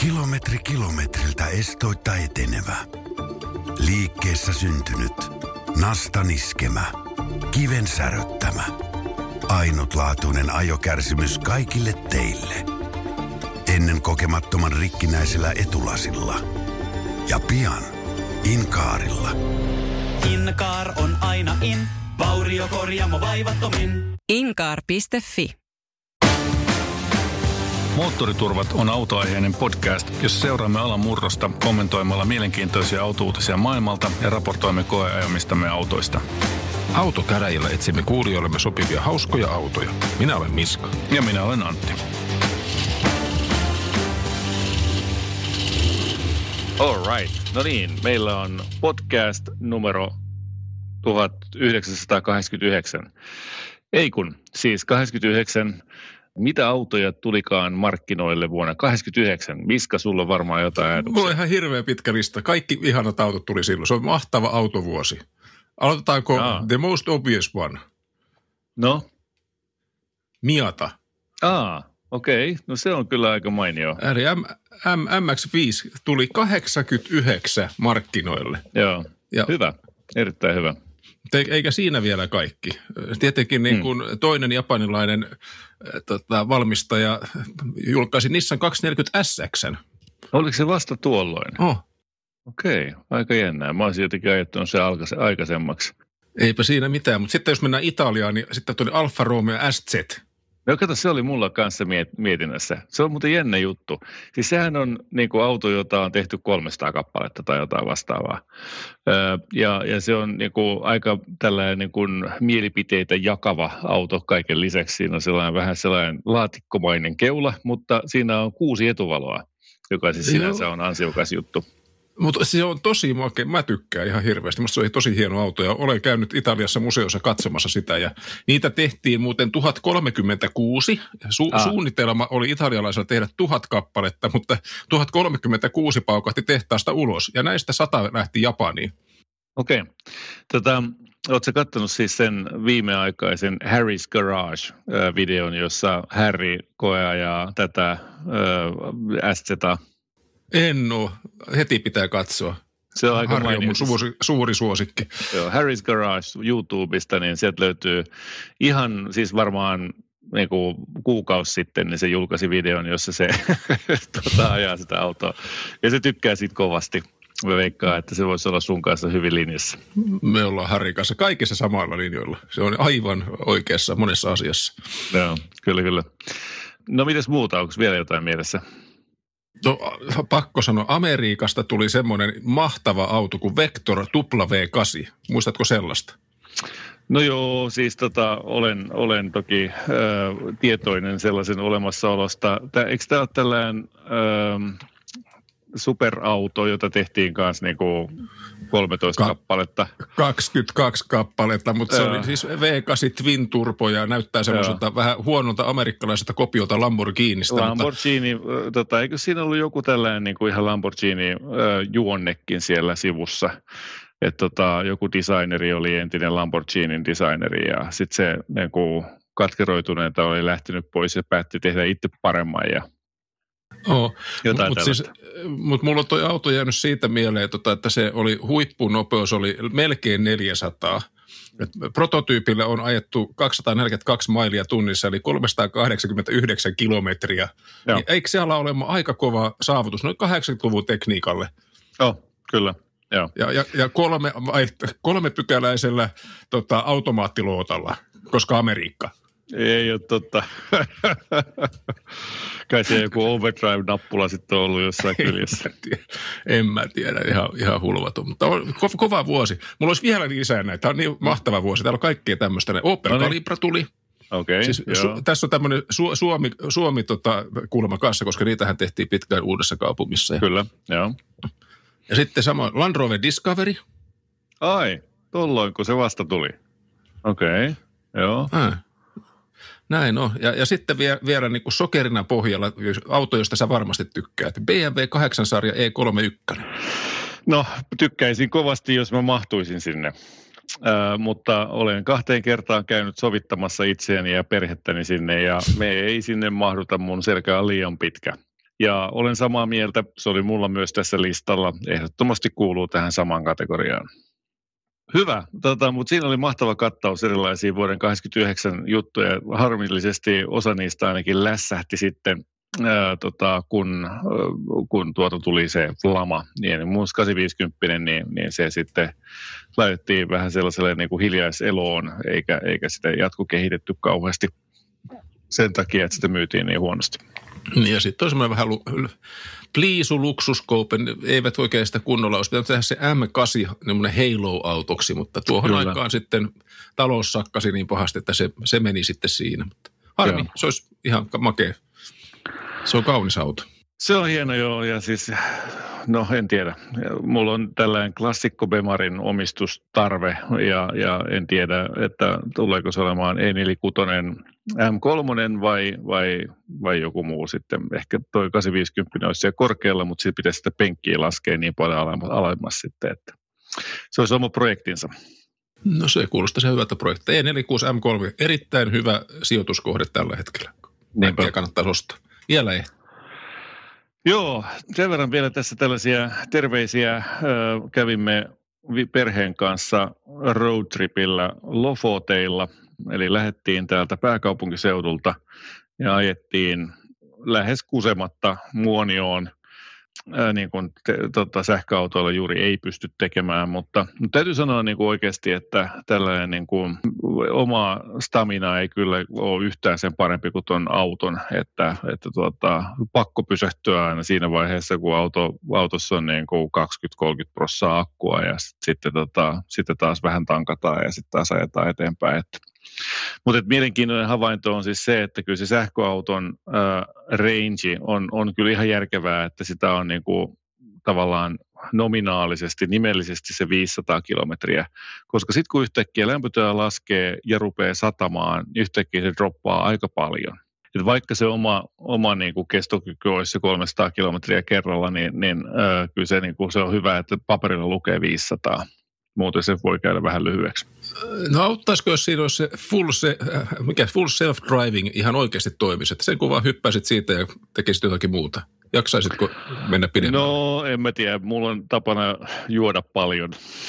Kilometri kilometriltä estoitta etenevä. Liikkeessä syntynyt. Nastan iskemä. Kiven säröttämä. Ainutlaatuinen ajokärsimys kaikille teille. Ennen kokemattoman rikkinäisellä etulasilla. Ja pian Inkaarilla. Inkaar on aina in. Vauriokorjaamo vaivattomin. Inkaar.fi. Moottoriturvat on autoaiheinen podcast, jossa seuraamme alan murrosta kommentoimalla mielenkiintoisia autouutisia maailmalta ja raportoimme koeajamistamme autoista. Autokäräjillä etsimme kuulijoillemme sopivia hauskoja autoja. Minä olen Miska. Ja minä olen Antti. All right. No niin, meillä on podcast numero 1989. Ei kun, siis 89. Mitä autoja tulikaan markkinoille vuonna 1989? Miska, sulla on varmaan jotain ajatuksia. Mulla on ihan hirveä pitkä lista. Kaikki ihanat autot tuli silloin. Se on mahtava autovuosi. Aloitetaanko the most obvious one? No? Miata. Okei. No se on kyllä aika mainio. Eli MX-5 tuli 89 markkinoille. Joo, ja hyvä. Erittäin hyvä. Eikä siinä vielä kaikki. Tietenkin niin kuin toinen japanilainen valmistaja julkaisi Nissan 240 SX:n. Oliko se vasta tuolloin? Okei, aika jännää. Mä olisin jotenkin ajattunut se aikaisemmaksi. Eipä siinä mitään, mutta sitten jos mennään Italiaan, niin sitten tuli Alfa Romeo SZ. No kato, se oli mulla kanssa mietinnässä. Se on muuten jännä juttu. Siis sehän on niin kuin auto, jota on tehty 300 kappaletta tai jotain vastaavaa. Ja se on niin kuin aika tällainen niin kuin mielipiteitä jakava auto kaiken lisäksi. Siinä on vähän sellainen laatikkomainen keula, mutta siinä on 6 etuvaloa, joka siis sinänsä on ansiokas juttu. Mutta se on tosi makea. Mä tykkään ihan hirveästi. Musta se on tosi hieno auto ja olen käynyt Italiassa museossa katsomassa sitä. Ja niitä tehtiin muuten 1036. Suunnitelma oli italialaisella tehdä 1000 kappaletta, mutta 1036 paukahti tehtaasta ulos. Ja näistä 100 lähti Japaniin. Okei. Oletko katsonut siis sen viimeaikaisen Harry's Garage-videon, jossa Harry koeajaa tätä SZ:tä? En ole. Heti pitää katsoa. Se on aika Harry on mun suuri suosikki. Joo, Harry's Garage YouTubesta, niin sieltä löytyy ihan siis varmaan niin kuin kuukausi sitten, niin se julkaisi videon, jossa se ajaa sitä autoa. Ja se tykkää siitä kovasti. Mä veikkaan, että se voisi olla sun kanssa hyvin linjassa. Me ollaan Harry kanssa kaikissa samalla linjoilla. Se on aivan oikeassa monessa asiassa. Joo, kyllä. No mitäs muuta? Onko vielä jotain mielessä? No, pakko sanoa, Amerikasta tuli semmoinen mahtava auto kuin Vector W8. Muistatko sellaista? No joo, siis olen toki tietoinen sellaisen olemassaolosta. Eikö tämä ole tällainen superauto, jota tehtiin kanssa niinku 13 kappaletta? 22 kappaletta, mutta se oli siis V8 Twin Turbo ja näyttää semmoiselta vähän huonolta amerikkalaiselta kopiota Lamborghinista. Lamborghini, eikö siinä ollut joku tällainen niinku ihan Lamborghini-juonnekin siellä sivussa? Että joku designeri oli entinen Lamborghinin designeri ja sitten se niinku katkeroituneita oli lähtenyt pois ja päätti tehdä itse paremman ja mutta mulla on toi auto jäänyt siitä mieleen, että se oli huippunopeus, oli melkein 400. Prototyypillä on ajettu 242 mailia tunnissa, eli 389 kilometriä. Niin eikö se ala olemaan aika kova saavutus noin 80-luvun tekniikalle? Kyllä. Joo. Ja kolmepykäläisellä automaattiluotalla, koska Amerikka. Ei ole totta. Kai se joku overdrive-nappula sitten on ollut jossain kyljessä. En mä tiedä, ihan hulvaton. Mutta on kova vuosi. Mulla olisi vielä lisää näitä. Tämä on niin mahtava vuosi. Täällä on kaikkea tämmöistä. Opel Calibra tuli. Okei, siis tässä on tämmöinen Suomi kulma kanssa, koska niitähän tehtiin pitkään Uudessa Kaupungissa. Kyllä, joo. Ja sitten sama Land Rover Discovery. Ai, tolloin kun se vasta tuli. Okei, joo. Näin on. Ja sitten vielä niin kuin sokerina pohjalla auto, josta sä varmasti tykkäät. BMW 8-sarja E31. No, tykkäisin kovasti, jos mä mahtuisin sinne. Mutta olen 2 kertaan käynyt sovittamassa itseäni ja perhettäni sinne ja me ei sinne mahduta, mun selkä on liian pitkä. Ja olen samaa mieltä, se oli mulla myös tässä listalla, ehdottomasti kuuluu tähän samaan kategoriaan. Hyvä, mutta siinä oli mahtava kattaus erilaisia vuoden 1989 juttuja. Harmillisesti osa niistä ainakin lässähti sitten, kun tuli se lama. Niin mun 850, niin se sitten laitettiin vähän sellaiselle niin kuin hiljaiseloon, eikä sitä jatkokehitetty kauheasti sen takia, että sitä myytiin niin huonosti. Ja sitten on semmoinen vähän pliisu-luksuskoupen, eivät oikein sitä kunnolla olisi pitänyt tehdä se M8, semmoinen Halo-autoksi, mutta tuohon Kyllä. aikaan sitten talous sakkasi niin pahasti, että se meni sitten siinä. Mutta harmi, joo. Se olisi ihan makea. Se on kaunis auto. Se on hieno joo, ja siis, no en tiedä. Mulla on tällainen klassikko Bemarin omistustarve, ja en tiedä, että tuleeko se olemaan E46 M3 vai joku muu sitten. Ehkä toi 850 olisi siellä korkealla, mutta sitten pitäisi sitä penkkiä laskea niin paljon alemmas sitten, että se olisi oma projektinsa. No se kuulostaa se hyvältä projektilta. E46 M3, erittäin hyvä sijoituskohde tällä hetkellä. Niinpä. Kannattaa ostaa. Vielä ei. Joo, sen verran vielä tässä tällaisia terveisiä. Kävimme perheen kanssa roadtripillä Lofoteilla, eli lähdettiin täältä pääkaupunkiseudulta ja ajettiin lähes kusematta Muonioon, niin kuin sähköautoilla juuri ei pysty tekemään, mutta täytyy sanoa niin kuin oikeasti, että tällainen niin kuin oma stamina ei kyllä ole yhtään sen parempi kuin tuon auton, että pakko pysähtyä aina siinä vaiheessa, kun autossa on niin kuin 20-30% akkua ja sitten taas vähän tankataan ja sitten taas ajetaan eteenpäin. Mutta mielenkiintoinen havainto on siis se, että kyllä se sähköauton range on kyllä ihan järkevää, että sitä on niinku tavallaan nominaalisesti, nimellisesti se 500 kilometriä, koska sitten kun yhtäkkiä lämpötila laskee ja rupeaa satamaan, niin yhtäkkiä se droppaa aika paljon. Et vaikka se oma niinku kestokyky olisi se 300 kilometriä kerralla, niin kyllä se, niinku, se on hyvä, että paperilla lukee 500. Muuten se voi käydä vähän lyhyeksi. No auttaisiko, jos siinä olisi se full self-driving ihan oikeasti toimisi? Että sen kun vaan hyppäisit siitä ja tekisit jotakin muuta. Jaksaisitko mennä pidemmän? No en mä tiedä. Mulla on tapana juoda paljon.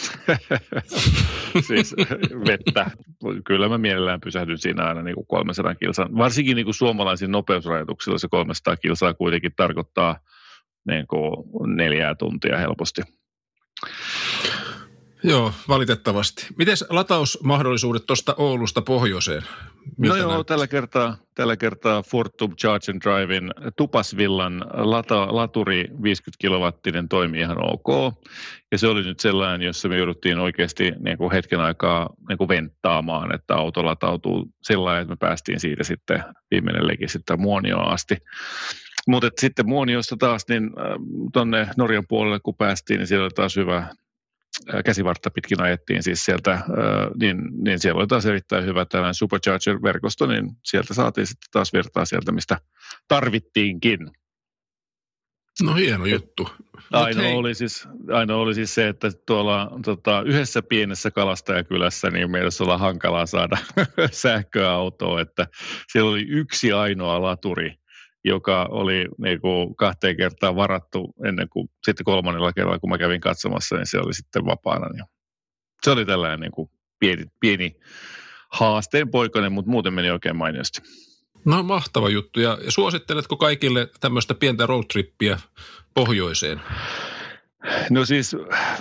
Siis vettä. Kyllä mä mielellään pysähdyn siinä aina niin kuin 300 kilsaa. Varsinkin niin kuin suomalaisilla nopeusrajoituksilla se 300 kilsaa kuitenkin tarkoittaa niin kuin 4 tuntia helposti. Joo, valitettavasti. Miten latausmahdollisuudet tuosta Oulusta pohjoiseen? Miltä no joo, tällä kertaa Fortum Charge and Driven Tupasvillan laturi 50 kilowattinen toimii ihan ok. Ja se oli nyt sellainen, jossa me jouduttiin oikeasti niin kuin hetken aikaa niin kuin venttaamaan, että auto latautuu sellainen, että me päästiin siitä sitten viimeinen leki sitten Muonioon asti. Mutta sitten Muoniosta taas, niin tuonne Norjan puolelle kun päästiin, niin siellä oli taas hyvä käsivartta pitkin ajettiin siis sieltä, niin siellä oli taas erittäin hyvä tällainen Supercharger-verkosto, niin sieltä saatiin sitten taas virtaa sieltä, mistä tarvittiinkin. No hieno juttu. Ainoa oli siis se, että tuolla yhdessä pienessä kalastajakylässä niin meillä olla hankalaa saada sähköautoa, että siellä oli yksi ainoa laturi, joka oli niin kuin 2 kertaa varattu ennen kuin sitten 3. kerralla, kun mä kävin katsomassa, niin se oli sitten vapaana. Niin se oli tällainen niin kuin pieni haasteen poikainen, mutta muuten meni oikein mainiosti. No mahtava juttu. Ja suositteletko kaikille tämmöistä pientä roadtrippiä pohjoiseen? No siis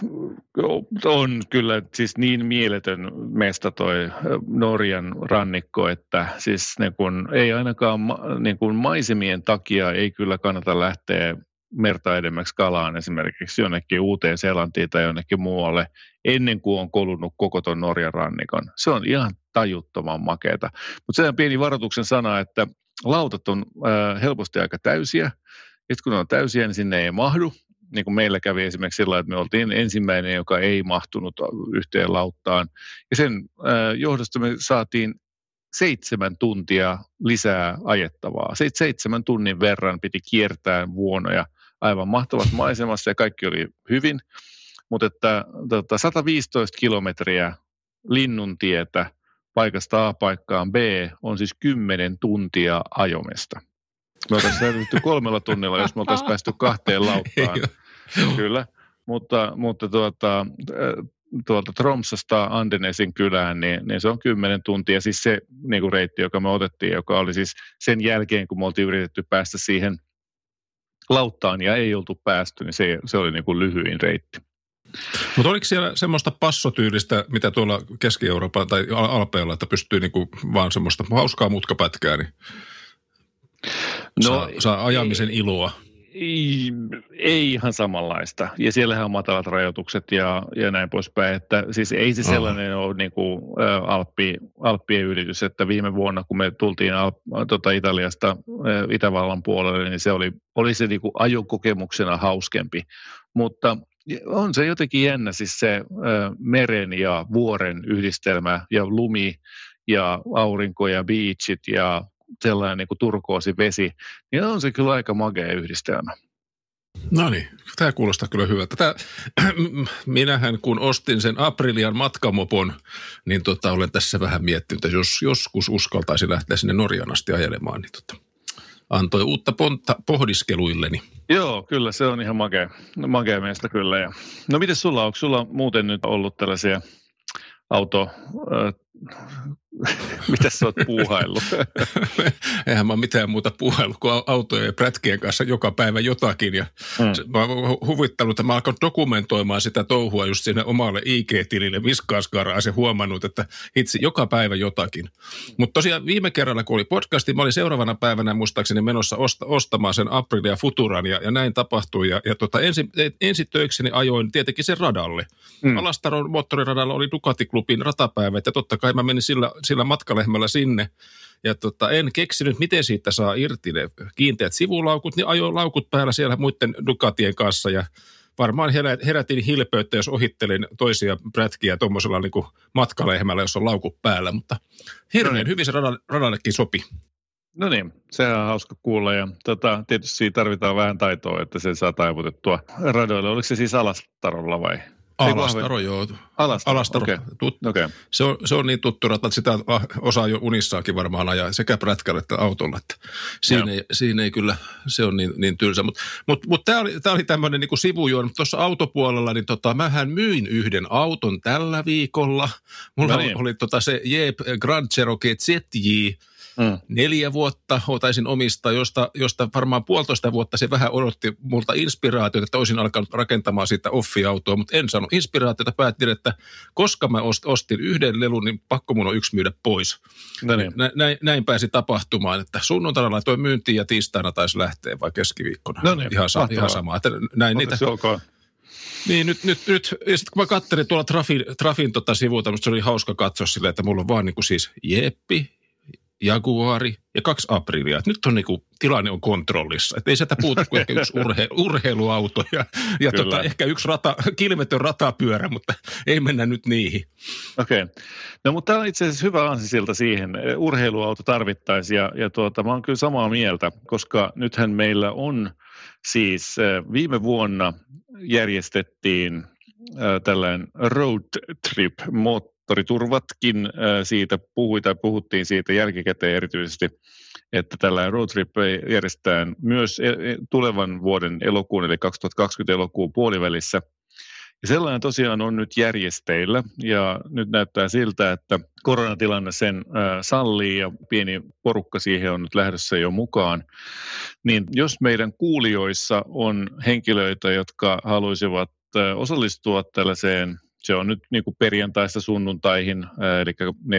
on kyllä siis niin mieletön mesta toi Norjan rannikko, että siis niin kun, ei ainakaan niin kun maisemien takia ei kyllä kannata lähteä merta edemmäksi kalaan esimerkiksi jonnekin Uuteen-Seelantiin tai jonnekin muualle ennen kuin on kolunnut koko ton Norjan rannikon. Se on ihan tajuttoman makeata. Mutta se on pieni varoituksen sana, että lautat on helposti aika täysiä. Sitten kun ne on täysiä, niin sinne ei mahdu. Niin kuin meillä kävi esimerkiksi sillä, että me oltiin ensimmäinen, joka ei mahtunut yhteen lauttaan. Ja sen johdosta me saatiin 7 tuntia lisää ajettavaa. 7 tunnin verran piti kiertää vuonoja aivan mahtavat maisemassa ja kaikki oli hyvin. Mutta että 115 kilometriä linnuntietä paikasta A paikkaan B on siis 10 tuntia ajomista. Me oltaisiin säilytetty 3 tunnilla, jos me oltaisiin päästy 2 lauttaan. Kyllä, mutta tuolta Tromsasta Andenesin kylään, niin se on 10 tuntia. Siis se niin kuin reitti, joka me otettiin, joka oli siis sen jälkeen, kun me oltiin yritetty päästä siihen lauttaan ja ei oltu päästy, niin se oli niin kuin lyhyin reitti. Mutta oliko siellä semmoista passotyylistä, mitä tuolla Keski-Euroopan tai Alpeilla, että pystyy niinku vaan semmoista hauskaa mutkapätkää, niin saa ajamisen iloa? Ei ihan samanlaista. Ja siellähän on matalat rajoitukset ja näin poispäin. Että siis ei se sellainen ole niin kuin Alppien ylitys, että viime vuonna, kun me tultiin Italiasta Itävallan puolelle, niin se oli se niin kuin ajokokemuksena hauskempi. Mutta on se jotenkin jännä, siis se meren ja vuoren yhdistelmä ja lumi ja aurinko ja beachit ja sellainen niin kuin turkoosivesi, niin on se kyllä aika magea yhdistelmä. No niin, tämä kuulostaa kyllä hyvältä. Minähän kun ostin sen Aprilian matkamopon, niin olen tässä vähän miettinyt, että jos joskus uskaltaisi lähteä sinne Norjan asti ajelemaan, niin antoi uutta pontta pohdiskeluilleni. Joo, kyllä se on ihan magea meistä kyllä. Ja no miten sulla, onko sulla muuten nyt ollut tällaisia mitäs sä oot puuhaillut? Eihän mä mitään muuta puuhaillut kuin autojen ja prätkien kanssa joka päivä jotakin. Ja mä oon huvittanut, että mä oon alkanut dokumentoimaan sitä touhua just sinne omalle IG-tilille Viskaasgarage ja huomannut, että itse joka päivä jotakin. Mutta tosiaan viime kerralla, kun oli podcasti, mä olin seuraavana päivänä muistaakseni menossa ostamaan sen Aprilia Futuran ja näin tapahtui. Ja ensi töikseni ajoin tietenkin sen radalle. Alastaron moottoriradalla oli Ducati-klubin ratapäivä, ja totta kai mä menin sillä matkalehmällä sinne. Ja en keksinyt, miten siitä saa irti ne kiinteät sivulaukut, niin ajoin laukut päällä siellä muiden Ducatien kanssa. Ja varmaan herätin hilpeyttä, jos ohittelin toisia prätkiä tuommoisella niin kuin matkalehmällä, jos on laukut päällä. Mutta hirveän hyvin se radallekin sopi. No niin, sehän on hauska kuulla ja tietysti tarvitaan vähän taitoa, että sen saa taivutettua radoille. Oliko se siis Alastarolla vai? Alastaro, joo. Alastaro. Okay. Se on niin tuttu rata, että sitä osaa jo unissaakin varmaan ajaa sekä prätkällä että autolla. Että siinä ei kyllä, se on niin tylsä. Mutta tämä oli tämmöinen niin kuin sivujuon. Tuossa autopuolella, niin mähän myin yhden auton tällä viikolla. Mulla oli se Jeep Grand Cherokee ZJ. 4 vuotta taisin omistaa, josta varmaan 1,5 vuotta se vähän odotti multa inspiraatiota, että olisin alkanut rakentamaan siitä offi-autoa, mutta en saanut inspiraatiota. Päätin, että koska mä ostin yhden lelun, niin pakko mun on yksi myydä pois. No niin. Näin pääsi tapahtumaan, että sunnuntaina laitoin myyntiin ja tiistaina taisi lähteä vai keskiviikkona. No niin, ihan sama. Että näin niitä. Niin, nyt ja sitten kun mä katselin tuolla Trafin sivuilta, musta se oli hauska katsoa silleen, että mulla on vaan niin kuin siis Jeppi, Jaguari ja 2 Aprilia. Nyt on tilanne on kontrollissa. Että ei sieltä puutu kuin ehkä yksi urheiluauto ja ehkä yksi kilvetön ratapyörä, mutta ei mennä nyt niihin. Okei. No mutta tämä on itse asiassa hyvä ansisilta siihen. Urheiluauto tarvittaisiin ja mä oon kyllä samaa mieltä, koska nythän meillä on siis viime vuonna järjestettiin tällainen road trip moottoriturvatkin siitä puhuttiin siitä jälkikäteen erityisesti, että tällainen road trip järjestetään myös tulevan vuoden elokuun, eli 2020 elokuun puolivälissä. Ja sellainen tosiaan on nyt järjesteillä, ja nyt näyttää siltä, että koronatilanne sen sallii, ja pieni porukka siihen on nyt lähdössä jo mukaan. Niin jos meidän kuulijoissa on henkilöitä, jotka haluaisivat osallistua tällaiseen, se on nyt niin kuin perjantaista sunnuntaihin, eli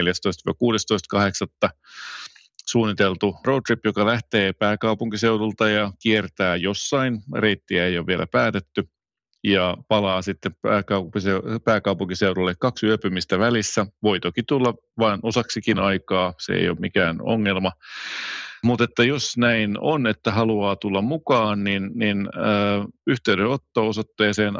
14-16.8. suunniteltu roadtrip, joka lähtee pääkaupunkiseudulta ja kiertää jossain. Reittiä ei ole vielä päätetty ja palaa sitten pääkaupunkiseudulle 2 yöpymistä välissä. Voi toki tulla vain osaksikin aikaa, se ei ole mikään ongelma. Mutta että jos näin on, että haluaa tulla mukaan, niin yhteydenotto osoitteeseen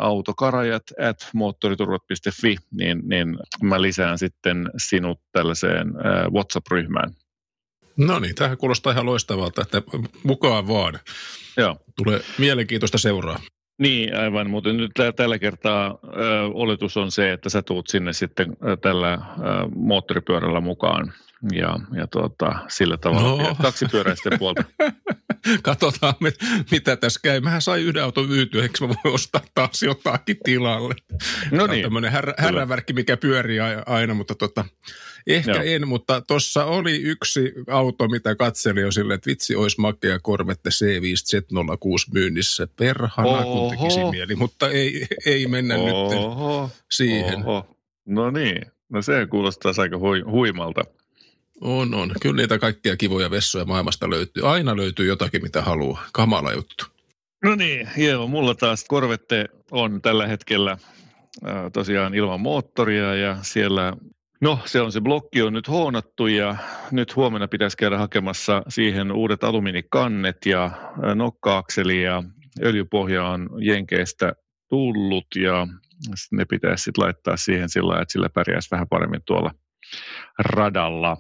autokarajat@moottoriturvat.fi, niin mä lisään sitten sinut tällaiseen WhatsApp-ryhmään. No niin, tämähän kuulostaa ihan loistavalta, että mukaan vaan. Joo. Tulee mielenkiintoista seuraa. Niin, aivan, mutta nyt tällä kertaa oletus on se, että sä tuut sinne sitten tällä moottoripyörällä mukaan. ja sillä tavalla kaksipyöräisten puolta. Katsotaan, mitä tässä käy. Mähän sain yhden auton myytyä, eikö mä voi ostaa taas jotakin tilalle? No niin. Tämmöinen härrävärkki, mikä pyörii aina, mutta ehkä en, mutta tuossa oli yksi auto, mitä katselin jo silleen, että vitsi, olisi makea Corvette C5 Z06 myynnissä. Perhana, kun tekisi mieli, mutta ei mennä nyt siihen. No niin, no se kuulostaa aika huimalta. On. Kyllä niitä kaikkia kivoja vessoja maailmasta löytyy. Aina löytyy jotakin, mitä haluaa. Kamala juttu. No niin, joo. Mulla taas Corvette on tällä hetkellä tosiaan ilman moottoria ja siellä, se blokki on nyt hoonattu ja nyt huomenna pitäisi käydä hakemassa siihen uudet alumiinikannet ja nokka-akseli ja öljypohja on Jenkeistä tullut ja ne pitäisi sitten laittaa siihen sillä lailla, että sillä pärjäisi vähän paremmin tuolla radalla.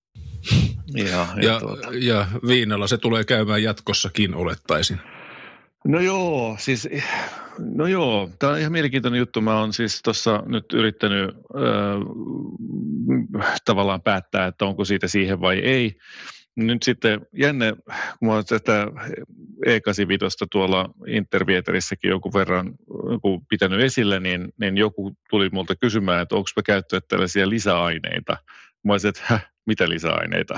Ja Viinalla se tulee käymään jatkossakin, olettaisin. No joo, tämä on ihan mielenkiintoinen juttu. Mä oon siis tuossa nyt yrittänyt tavallaan päättää, että onko siitä siihen vai ei. Nyt sitten jännä, kun mä oon tätä E85 tuolla Intervieterissäkin jonkun verran pitänyt esille, niin joku tuli multa kysymään, että onko mä käyttänyt tällaisia lisäaineita. Mä olisin, että mitä lisäaineita?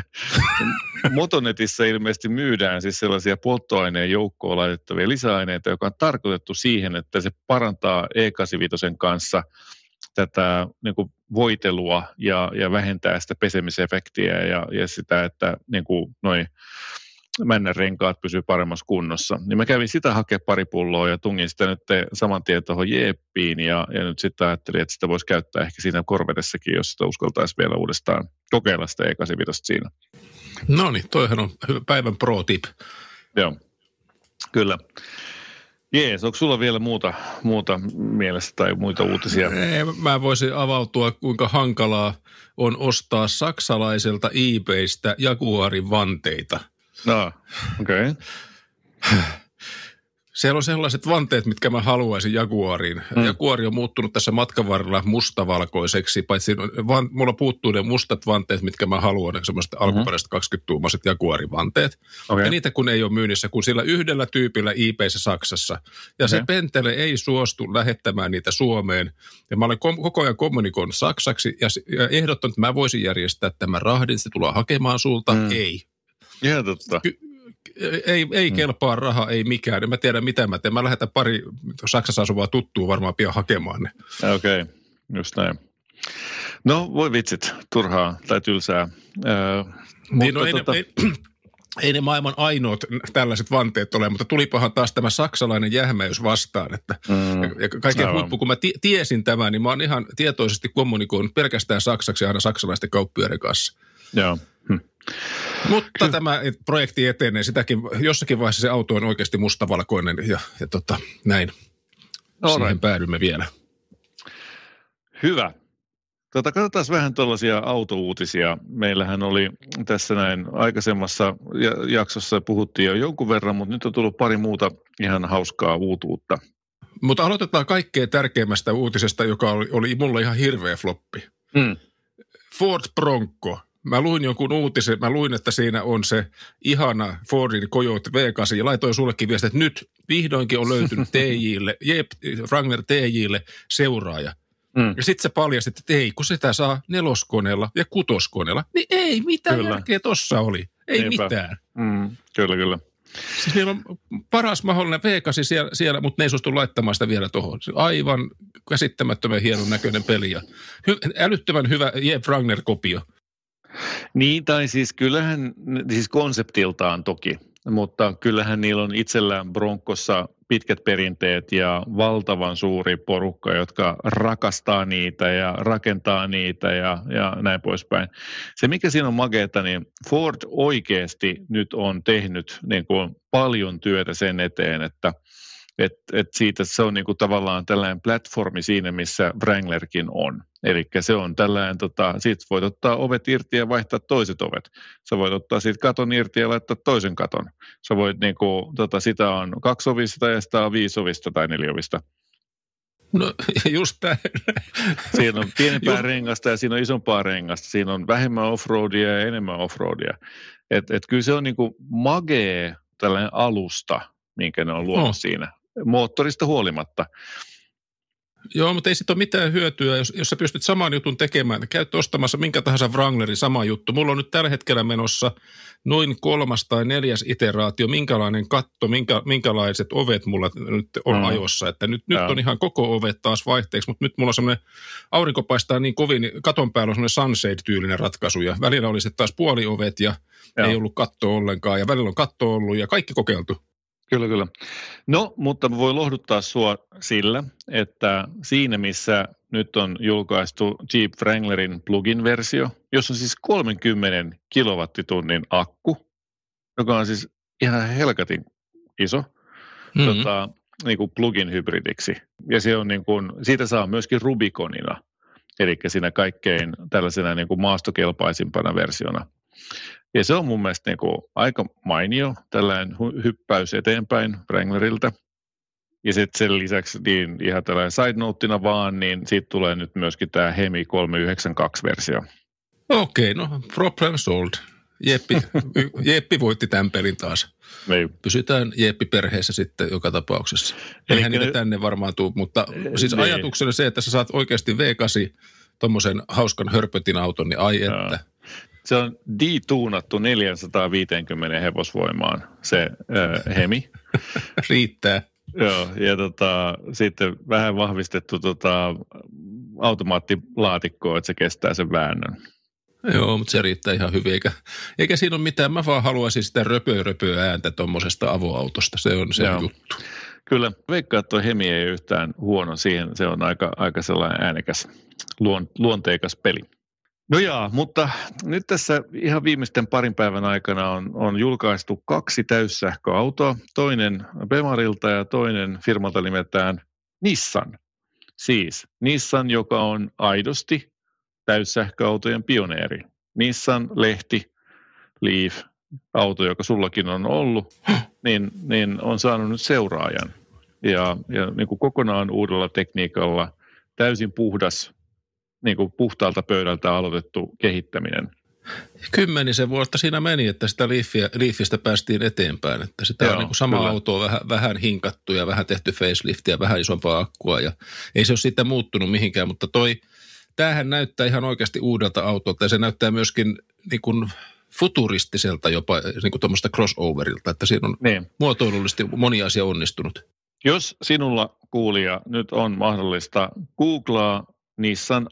Motonetissä ilmeisesti myydään siis sellaisia polttoaineen joukkoon laitettavia lisäaineita, joka on tarkoitettu siihen, että se parantaa E85 kanssa tätä niin kuin voitelua ja vähentää sitä pesemisefektiä ja sitä, että niin kuin noi männän renkaat pysyy paremmassa kunnossa. Niin mä kävin sitä hakea pari pulloa ja tungin sitä nyt saman tien tuohon Jeeppiin ja nyt sitten ajattelin, että sitä voisi käyttää ehkä siinä Corvettessakin, jos sitä uskaltaisi vielä uudestaan kokeilla sitä E85 siinä. No niin, toihan on päivän pro-tip. Joo, kyllä. Jees, onko sulla vielä muuta mielessä tai muita uutisia? Mä voisin avautua, kuinka hankalaa on ostaa saksalaiselta eBaystä Jaguarin vanteita. No, okei. Okay. Siellä on sellaiset vanteet, mitkä mä haluaisin Jaguariin. Jaguari on muuttunut tässä matkan varrella mustavalkoiseksi, paitsi mulla puuttuu ne mustat vanteet, mitkä mä haluan, ne semmoiset alkuperäiset 20-tuumaiset Jaguarin vanteet. Okay. Ja niitä kun ei ole myynnissä, kun sillä yhdellä tyypillä eBayssä Saksassa. Ja se Pentele ei suostu lähettämään niitä Suomeen. Ja mä olen koko ajan kommunikoinut saksaksi ja ehdottanut, että mä voisin järjestää tämän rahdin, se tulee hakemaan sulta. Ei. Ihan totta. Ei kelpaa raha, ei mikään. En mä tiedä, mitä mä teen. Mä lähetän pari Saksassa asuvaa tuttua varmaan pian hakemaan ne. Okei, just näin. No, voi vitsit, turhaa tai tylsää. Niin, ei ne maailman ainoat tällaiset vanteet ole, mutta tulipahan taas tämä saksalainen jähmäys vastaan. Että, ja kaiken huippu, kun mä tiesin tämän, niin mä oon ihan tietoisesti kommunikoinut pelkästään saksaksi aina saksalaisten kauppiaiden kanssa. Joo. Mutta tämä projekti etenee, sitäkin jossakin vaiheessa se auto on oikeasti mustavalkoinen ja näin. Siihen päädymme vielä. Hyvä. Katsotaan vähän tuollaisia autouutisia. Meillähän oli tässä näin aikaisemmassa jaksossa puhuttiin jo jonkun verran, mutta nyt on tullut pari muuta ihan hauskaa uutuutta. Mutta aloitetaan kaikkein tärkeimmästä uutisesta, joka oli mulla ihan hirveä floppi. Ford Bronco. Mä luin jonkun uutisen, että siinä on se ihana Fordin Coyote V8 ja laitoin sullekin viestiä, että nyt vihdoinkin on löytynyt Wrangler TJ:lle seuraaja. Ja sitten se paljasti, että ei, kun sitä saa 4-koneella ja 6-koneella, niin ei mitään järkeä tossa oli. Ei Niinpä. Mitään. Kyllä. Siis niillä on paras mahdollinen V8 siellä, mutta ne ei suostu laittamaan sitä vielä tuohon. Aivan käsittämättömän hienon näköinen peli ja älyttömän hyvä Jeep Wrangler-kopio. Niin, tai siis kyllähän, siis konseptiltaan toki, mutta kyllähän niillä on itsellään Broncossa pitkät perinteet ja valtavan suuri porukka, jotka rakastaa niitä ja rakentaa niitä ja näin poispäin. Se, mikä siinä on makeata, niin Ford oikeasti nyt on tehnyt niin kuin paljon työtä sen eteen, että siitä se on niinku tavallaan tällainen platformi siinä, missä Wranglerkin on. Eli se on tällainen, siitä voit ottaa ovet irti ja vaihtaa toiset ovet. Sä voit ottaa siitä katon irti ja laittaa toisen katon. Sä voit sitä on 2-ovista ja sitä on 5-ovista tai 4-ovista. No just tämä. Siinä on pienempää rengasta ja siinä on isompaa rengasta. Siinä on vähemmän offroadia ja enemmän offroadia. Et kyllä se on niin kuin magee tällainen alusta, minkä ne on luonut siinä. Moottorista huolimatta. Joo, mutta ei siitä ole mitään hyötyä, jos sä pystyt saman jutun tekemään. Käyt ostamassa minkä tahansa Wranglerin sama juttu. Mulla on nyt tällä hetkellä menossa noin 3. tai 4. iteraatio, minkälainen katto, minkälaiset ovet mulla nyt on ajossa. Että nyt on ihan koko ovet taas vaihteeksi, mutta nyt mulla on semmoinen, aurinko paistaa niin kovin, niin katon päällä on semmoinen sunshade-tyylinen ratkaisu. Ja välillä oli se taas puoliovet ja ei ollut kattoa ollenkaan ja välillä on katto ollut ja kaikki kokeiltu. Kyllä. No, mutta voi lohduttaa sua sillä, että siinä missä nyt on julkaistu Jeep Wranglerin plug-in-versio, jossa on siis 30 kilowattitunnin akku, joka on siis ihan helkatin iso, niin kuin plug-in hybridiksi. Ja se on niin kuin, siitä saa myöskin Rubiconina, eli siinä kaikkein tällaisena niin kuin maastokelpaisimpana versiona. Ja se on mun mielestä niin kuin aika mainio, tällainen hyppäys eteenpäin Wranglerilta. Ja sitten sen lisäksi niin ihan tällainen side noteina vaan, niin siitä tulee nyt myöskin tämä Hemi 392-versio. Okei, no problem solved. Jeppi voitti tämän pelin taas. Pysytään Jeppi-perheessä sitten joka tapauksessa. Eihän niitä tänne varmaan tule, mutta siis ajatuksena se, että sä saat oikeasti V8 tommosen hauskan hörpötin auton, niin ai että. Se on detuunattu 450 hevosvoimaan se Hemi. Riittää. Joo, ja sitten vähän vahvistettu automaattilaatikkoa, että se kestää sen väännön. Joo, mutta se riittää ihan hyvin, eikä siinä ole mitään. Mä vaan haluaisin sitä röpöä ääntä tuommoisesta avoautosta, se on se juttu. Kyllä, veikkaan, että tuo Hemi ei ole yhtään huono siihen, se on aika sellainen äänekäs, luonteikas peli. No jaa, mutta nyt tässä ihan viimeisten parin päivän aikana on julkaistu 2 täyssähköautoa, toinen Bemarilta ja toinen firmalta nimeltään Nissan. Siis Nissan, joka on aidosti täyssähköautojen pioneeri. Nissan, Lehti, Leaf, auto, joka sullakin on ollut, niin on saanut nyt seuraajan. Ja niin kuin kokonaan uudella tekniikalla täysin puhdas, niin kuin puhtaalta pöydältä aloitettu kehittäminen. 10 vuotta siinä meni, että sitä Leafistä päästiin eteenpäin. Että sitä on niin kuin sama auto vähän hinkattu ja vähän tehty faceliftiä, vähän isompaa akkua. Ja ei se ole siitä muuttunut mihinkään, mutta tämähän näyttää ihan oikeasti uudelta autolta. Ja se näyttää myöskin niin kuin futuristiselta jopa niin kuin tuommoista crossoverilta. Että siinä on muotoilullisesti moni asia onnistunut. Jos sinulla, kuulija, nyt on mahdollista googlaa Nissan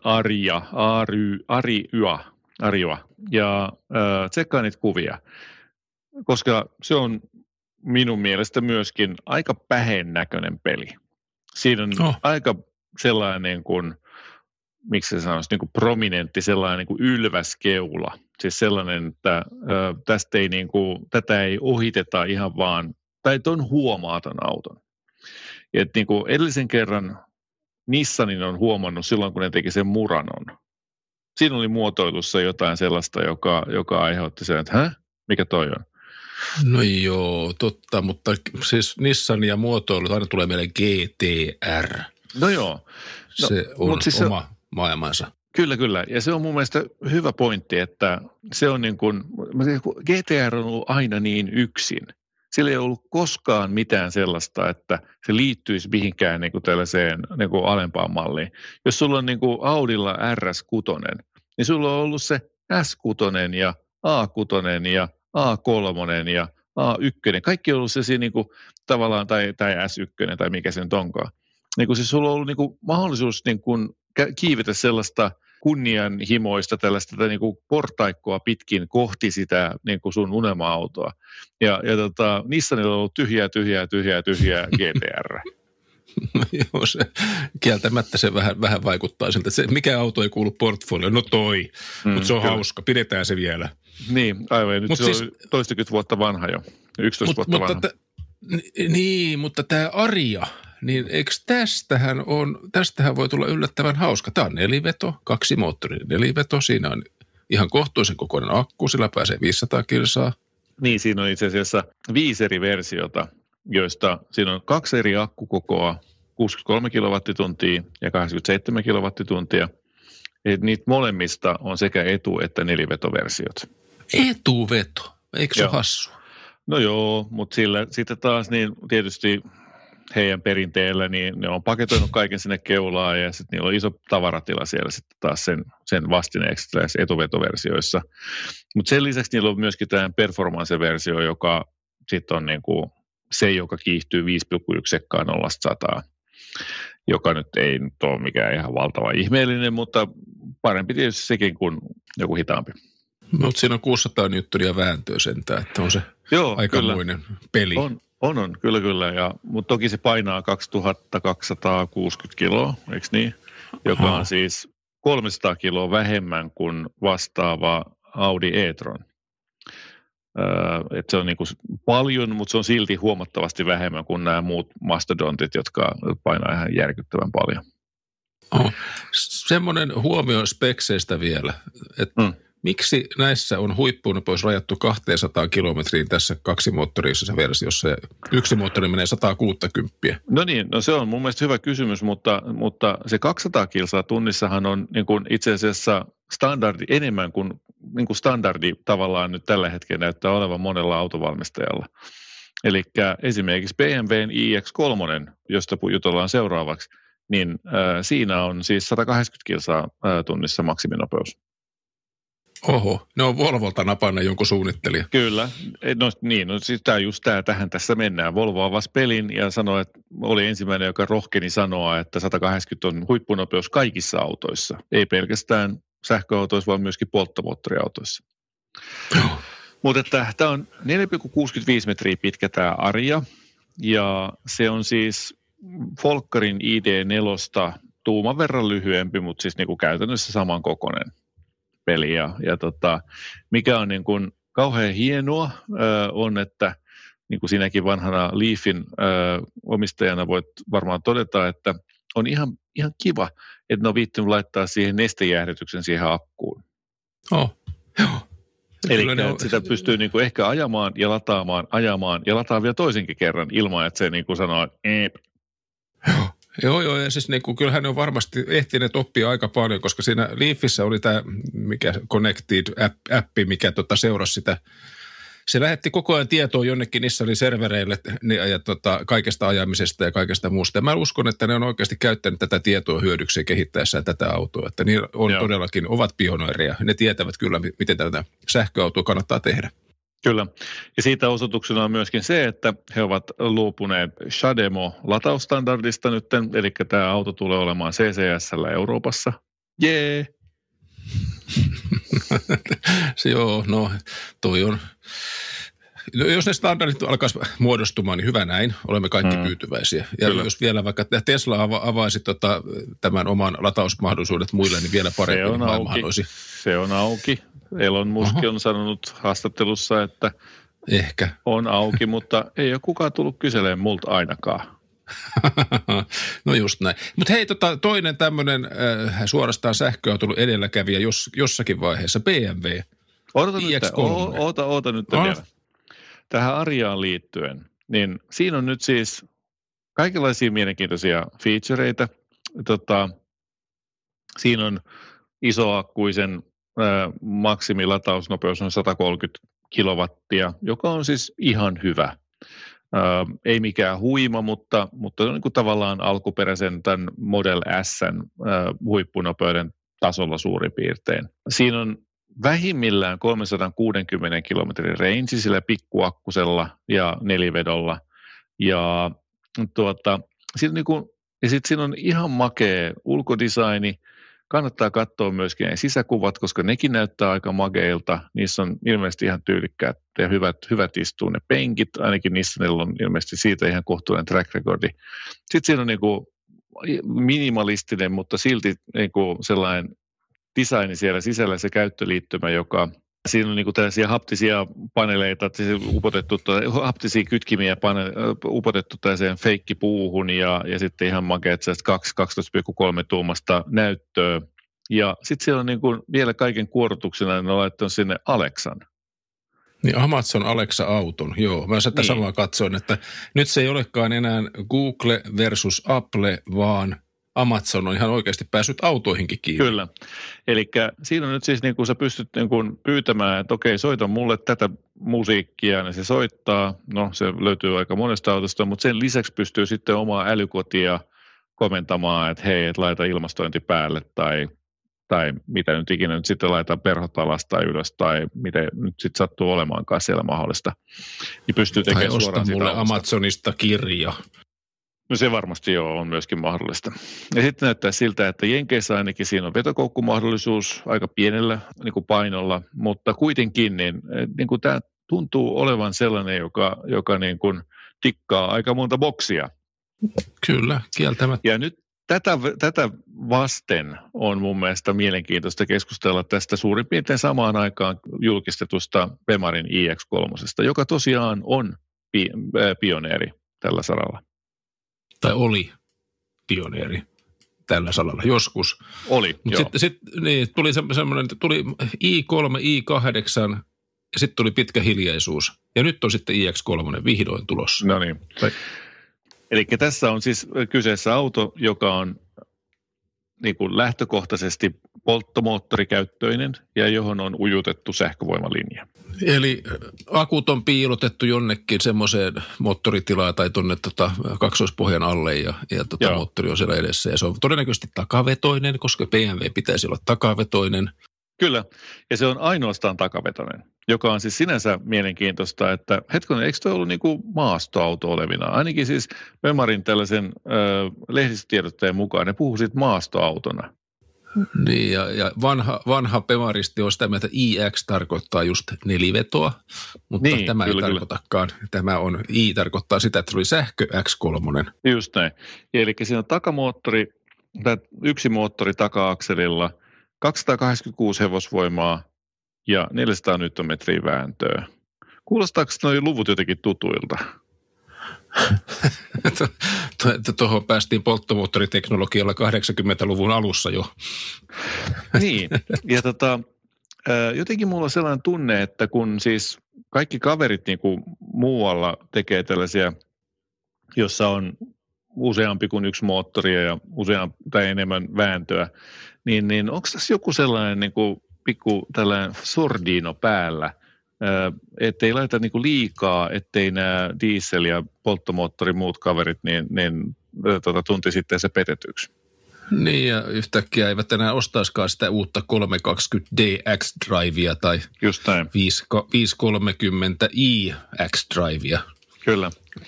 Ariya ja tsekkaa niitä kuvia, koska se on minun mielestä myöskin aika päheen näköinen peli. Siinä on aika sellainen niin kuin, miksi se sanoisi, niin kuin prominentti, sellainen niin kuin ylväskeula. Siis sellainen, että tästä ei niin kuin, tätä ei ohiteta ihan vaan, tai on huomaa tämän auton. Et niin kuin edellisen kerran Nissanin on huomannut silloin, kun ne teki sen Muranon. Siinä oli muotoilussa jotain sellaista, joka aiheutti sen, että mikä toi on? No joo, totta, mutta siis Nissan ja muotoilut aina tulee meille GTR. No joo. Se on siis oma maailmansa. Kyllä. Ja se on mun mielestä hyvä pointti, että se on niin kuin, GTR on ollut aina niin yksin. Sillä ei ollut koskaan mitään sellaista, että se liittyisi mihinkään niin kuin tällaiseen niin kuin alempaan malliin. Jos sulla on niin kuin Audilla RS6, niin sulla on ollut se S6 ja A6 ja A3 ja A1. Kaikki on ollut sellaisia niin kuin, tavallaan, tai S1 tai mikä se nyt onkaan. Niin kuin, siis sulla on ollut niin kuin, mahdollisuus niin kuin, kiivetä sellaista kunnianhimoista tällaista niin kuin portaikkoa pitkin kohti sitä niin kuin sun unelma-autoa. Ja Nissanilla on ollut tyhjää GTR. No joo, kieltämättä se vähän vaikuttaa siltä, että se, mikä auto ei kuulu portfolioon, no toi, mutta se on hauska, pidetään se vielä. Niin, aivan, nyt se on toistakymmentä vuotta vanha jo, 11 vuotta vanha. Mutta tämä Ariya, niin eikö tästähän voi tulla yllättävän hauska. Tämä on 4-veto, 2-moottorinen 4-veto, siinä on ihan kohtuullisen kokoinen akku, sillä pääsee 500 kilsaa. Niin, siinä on itse asiassa 5 eri versiota, joista siinä on 2 eri akkukokoa 63 kilowattituntia ja 87 kilowattituntia. Niitä molemmista on sekä etu- että nelivetoversiot. Etuveto? Eikö se ole hassua? No joo, mutta sillä sitten taas niin tietysti heidän perinteellä, niin ne on paketoinut kaiken sinne keulaan ja sitten niillä on iso tavaratila siellä sitten taas sen vastineeksi näissä etuvetoversioissa. Mutta sen lisäksi niillä on myöskin tämä performance-versio, joka sitten on niinku se, joka kiihtyy 5,1 sekkaan 0-100, joka nyt ei nyt ole mikään ihan valtava ihmeellinen, mutta parempi tietysti sekin kuin joku hitaampi. Mutta siinä on 600 newtonia vääntöä sentään, että on se aikamoinen peli. On, kyllä. Mutta toki se painaa 2260 kiloa, eikö niin? Joka on siis 300 kiloa vähemmän kuin vastaava Audi e-tron. Että se on niinku paljon, mutta se on silti huomattavasti vähemmän kuin nämä muut mastodontit, jotka painaa ihan järkyttävän paljon. Semmoinen huomio spekseistä vielä, että miksi näissä on huippunopeus rajattu 200 kilometriin tässä kaksimoottorisessa versiossa ja yksi moottori menee 160? No niin, se on mun mielestä hyvä kysymys, mutta se 200 kilsaa tunnissahan on niin kuin itse asiassa standardi enemmän kuin, standardi tavallaan nyt tällä hetkellä näyttää olevan monella autovalmistajalla. Eli esimerkiksi BMWn iX3, josta jutellaan seuraavaksi, niin siinä on siis 180 kilsaa tunnissa maksiminopeus. Oho, ne on Volvolta napannut jonkun suunnittelija. Kyllä, siis tähän tässä mennään. Volvo avasi pelin ja sanoi, että oli ensimmäinen, joka rohkeni sanoa, että 180 on huippunopeus kaikissa autoissa. Ei pelkästään sähköautoissa, vaan myöskin polttomoottoriautoissa. Mutta tämä on 4,65 metriä pitkä tämä Aria ja se on siis Volkkarin ID4 tuuman verran lyhyempi, mutta siis niinku käytännössä samankokoinen peli. Ja mikä on niin kuin kauhean hienoa on, että niin kuin sinäkin vanhana Leafin omistajana voit varmaan todeta, että on ihan kiva, että ne on viittynyt laittaa siihen nestejäähdytyksen siihen akkuun. Joo. Eli sitä pystyy niin kuin ehkä ajamaan ja lataa vielä toisenkin kerran ilman, että se niin kuin sanoo Joo, ja siis niin kuin, kyllähän ne on varmasti ehtineet oppia aika paljon, koska siinä Leafissä oli tämä Connected-appi, mikä seurasi sitä. Se lähetti koko ajan tietoa jonnekin Nissan-servereille ja kaikesta ajamisesta ja kaikesta muusta. Ja mä uskon, että ne on oikeasti käyttänyt tätä tietoa hyödykseen kehittäessään tätä autoa. Että ne on todellakin, ovat pioneereja. Ne tietävät kyllä, miten tätä sähköautoa kannattaa tehdä. Kyllä. Ja siitä osoituksena on myöskin se, että he ovat luopuneet CHAdeMO-latausstandardista nyt, eli tämä auto tulee olemaan CCS:llä Euroopassa. Jee! Joo, no toi on. No, jos ne standardit alkaisi muodostumaan, niin hyvä näin. Olemme kaikki tyytyväisiä. Ja kyllä. Jos vielä vaikka Tesla avaisi tämän oman latausmahdollisuudet muille, niin vielä paremmin maailmaan olisi. Se on auki. Elon Musk on sanonut haastattelussa, että ehkä on auki, mutta ei ole kukaan tullut kyselemään multa ainakaan. No just näin. Mutta hei, toinen tämmöinen suorastaan sähköautoilun edelläkävijä jossakin vaiheessa, BMW. Oota nyt vielä. Tähän Ariaan liittyen, niin siinä on nyt siis kaikenlaisia mielenkiintoisia featureita. Siinä on isoakkuisen maksimilatausnopeus on 130 kilowattia, joka on siis ihan hyvä. Ei mikään huima, mutta on niin kuin tavallaan alkuperäisen tämän Model S:n huippunopeuden tasolla suurin piirtein. Siinä on vähimmillään 360 kilometrin range sillä pikkuakkusella ja nelivedolla. Ja sitten siinä on ihan makea ulkodesigni. Kannattaa katsoa myöskin sisäkuvat, koska nekin näyttää aika mageilta. Niissä on ilmeisesti ihan tyylikkäät ja hyvät istuu ne penkit. Ainakin Nissanilla on ilmeisesti siitä ihan kohtuullinen track recordi. Sitten siinä on niinku minimalistinen, mutta silti niinku sellainen designi siellä sisällä, se käyttöliittymä, joka siinä on niinku tällaisia haptisia paneeleita, haptisia kytkimiä upotettu tällaiseen feikkipuuhun ja sitten ihan makeat 12,3 tuumasta näyttöä. Ja sitten siellä on niinku vielä kaiken kuorotuksena, ne on laittanut sinne Alexan. Niin Amazon Alexa-auton, joo. Mä sitä samaa katsoin, että nyt se ei olekaan enää Google versus Apple, vaan Amazon on ihan oikeasti päässyt autoihinkin kiinni. Kyllä. Eli siinä on nyt siis, niin kun sä pystyt niin kun pyytämään, että okei, soita mulle tätä musiikkia, niin se soittaa. No, se löytyy aika monesta autosta, mutta sen lisäksi pystyy sitten omaa älykotia komentamaan, että hei, et laita ilmastointi päälle tai mitä nyt ikinä nyt sitten laitetaan perhot alas tai ylös tai miten nyt sitten sattuu olemaankaan siellä mahdollista. Niin pystyy tekemään tai suoraan mulle Amazonista kirja. No se varmasti on myöskin mahdollista. Ja sitten näyttää siltä, että Jenkeissä ainakin siinä on vetokoukkumahdollisuus aika pienellä niin kuin painolla, mutta kuitenkin niin kuin tämä tuntuu olevan sellainen, joka niin kuin tikkaa aika monta boksia. Kyllä, kieltämättä. Ja nyt tätä vasten on mun mielestä mielenkiintoista keskustella tästä suurin piirtein samaan aikaan julkistetusta Bemarin iX3, joka tosiaan on pioneeri tällä saralla. Tai oli pioneeri tällä saralla joskus. Oli, mutta sitten niin, tuli semmoinen, tuli i3, i8 ja sitten tuli pitkä hiljaisuus. Ja nyt on sitten iX3 vihdoin tulossa. No niin. Eli tässä on siis kyseessä auto, joka on niin kuin lähtökohtaisesti polttomoottorikäyttöinen ja johon on ujutettu sähkövoimalinja. Eli akut on piilotettu jonnekin semmoiseen moottoritilaan tai tuonne kaksoispohjan alle ja moottori on siellä edessä. Ja se on todennäköisesti takavetoinen, koska BMW pitäisi olla takavetoinen. Kyllä, ja se on ainoastaan takavetoinen, joka on siis sinänsä mielenkiintoista, että hetkonen, eikö toi ollut niin kuin maastoauto olevina? Ainakin siis Bemarin tällaisen lehdistötiedotteen mukaan ne puhuu siitä maastoautona. Niin, ja vanha Bemaristi on sitä mieltä, että iX tarkoittaa just nelivetoa, mutta niin, tämä ei tarkoitakaan. Tämä on, I tarkoittaa sitä, että se oli sähkö X3. Just näin. Eli siinä on takamoottori, yksi moottori taka-akselilla, 286 hevosvoimaa ja 400 newtonmetriä vääntöä. Kuulostaako nuo luvut jotenkin tutuilta? Tuohon päästiin polttomoottoriteknologialla 80-luvun alussa jo. Niin, ja jotenkin mulla on sellainen tunne, että kun siis kaikki kaverit niin kuin muualla tekee tällaisia, jossa on useampi kuin yksi moottoria ja tai enemmän vääntöä, niin onko tässä joku sellainen niin kuin pikku tällainen sordino päällä, ettei laita niin kuin liikaa, ettei nämä diesel- ja polttomoottorin muut kaverit tunti sitten se petetyksi. Niin, ja yhtäkkiä eivät enää ostaiskaan sitä uutta 320D X-drivea tai 530i X-drivea. Kyllä.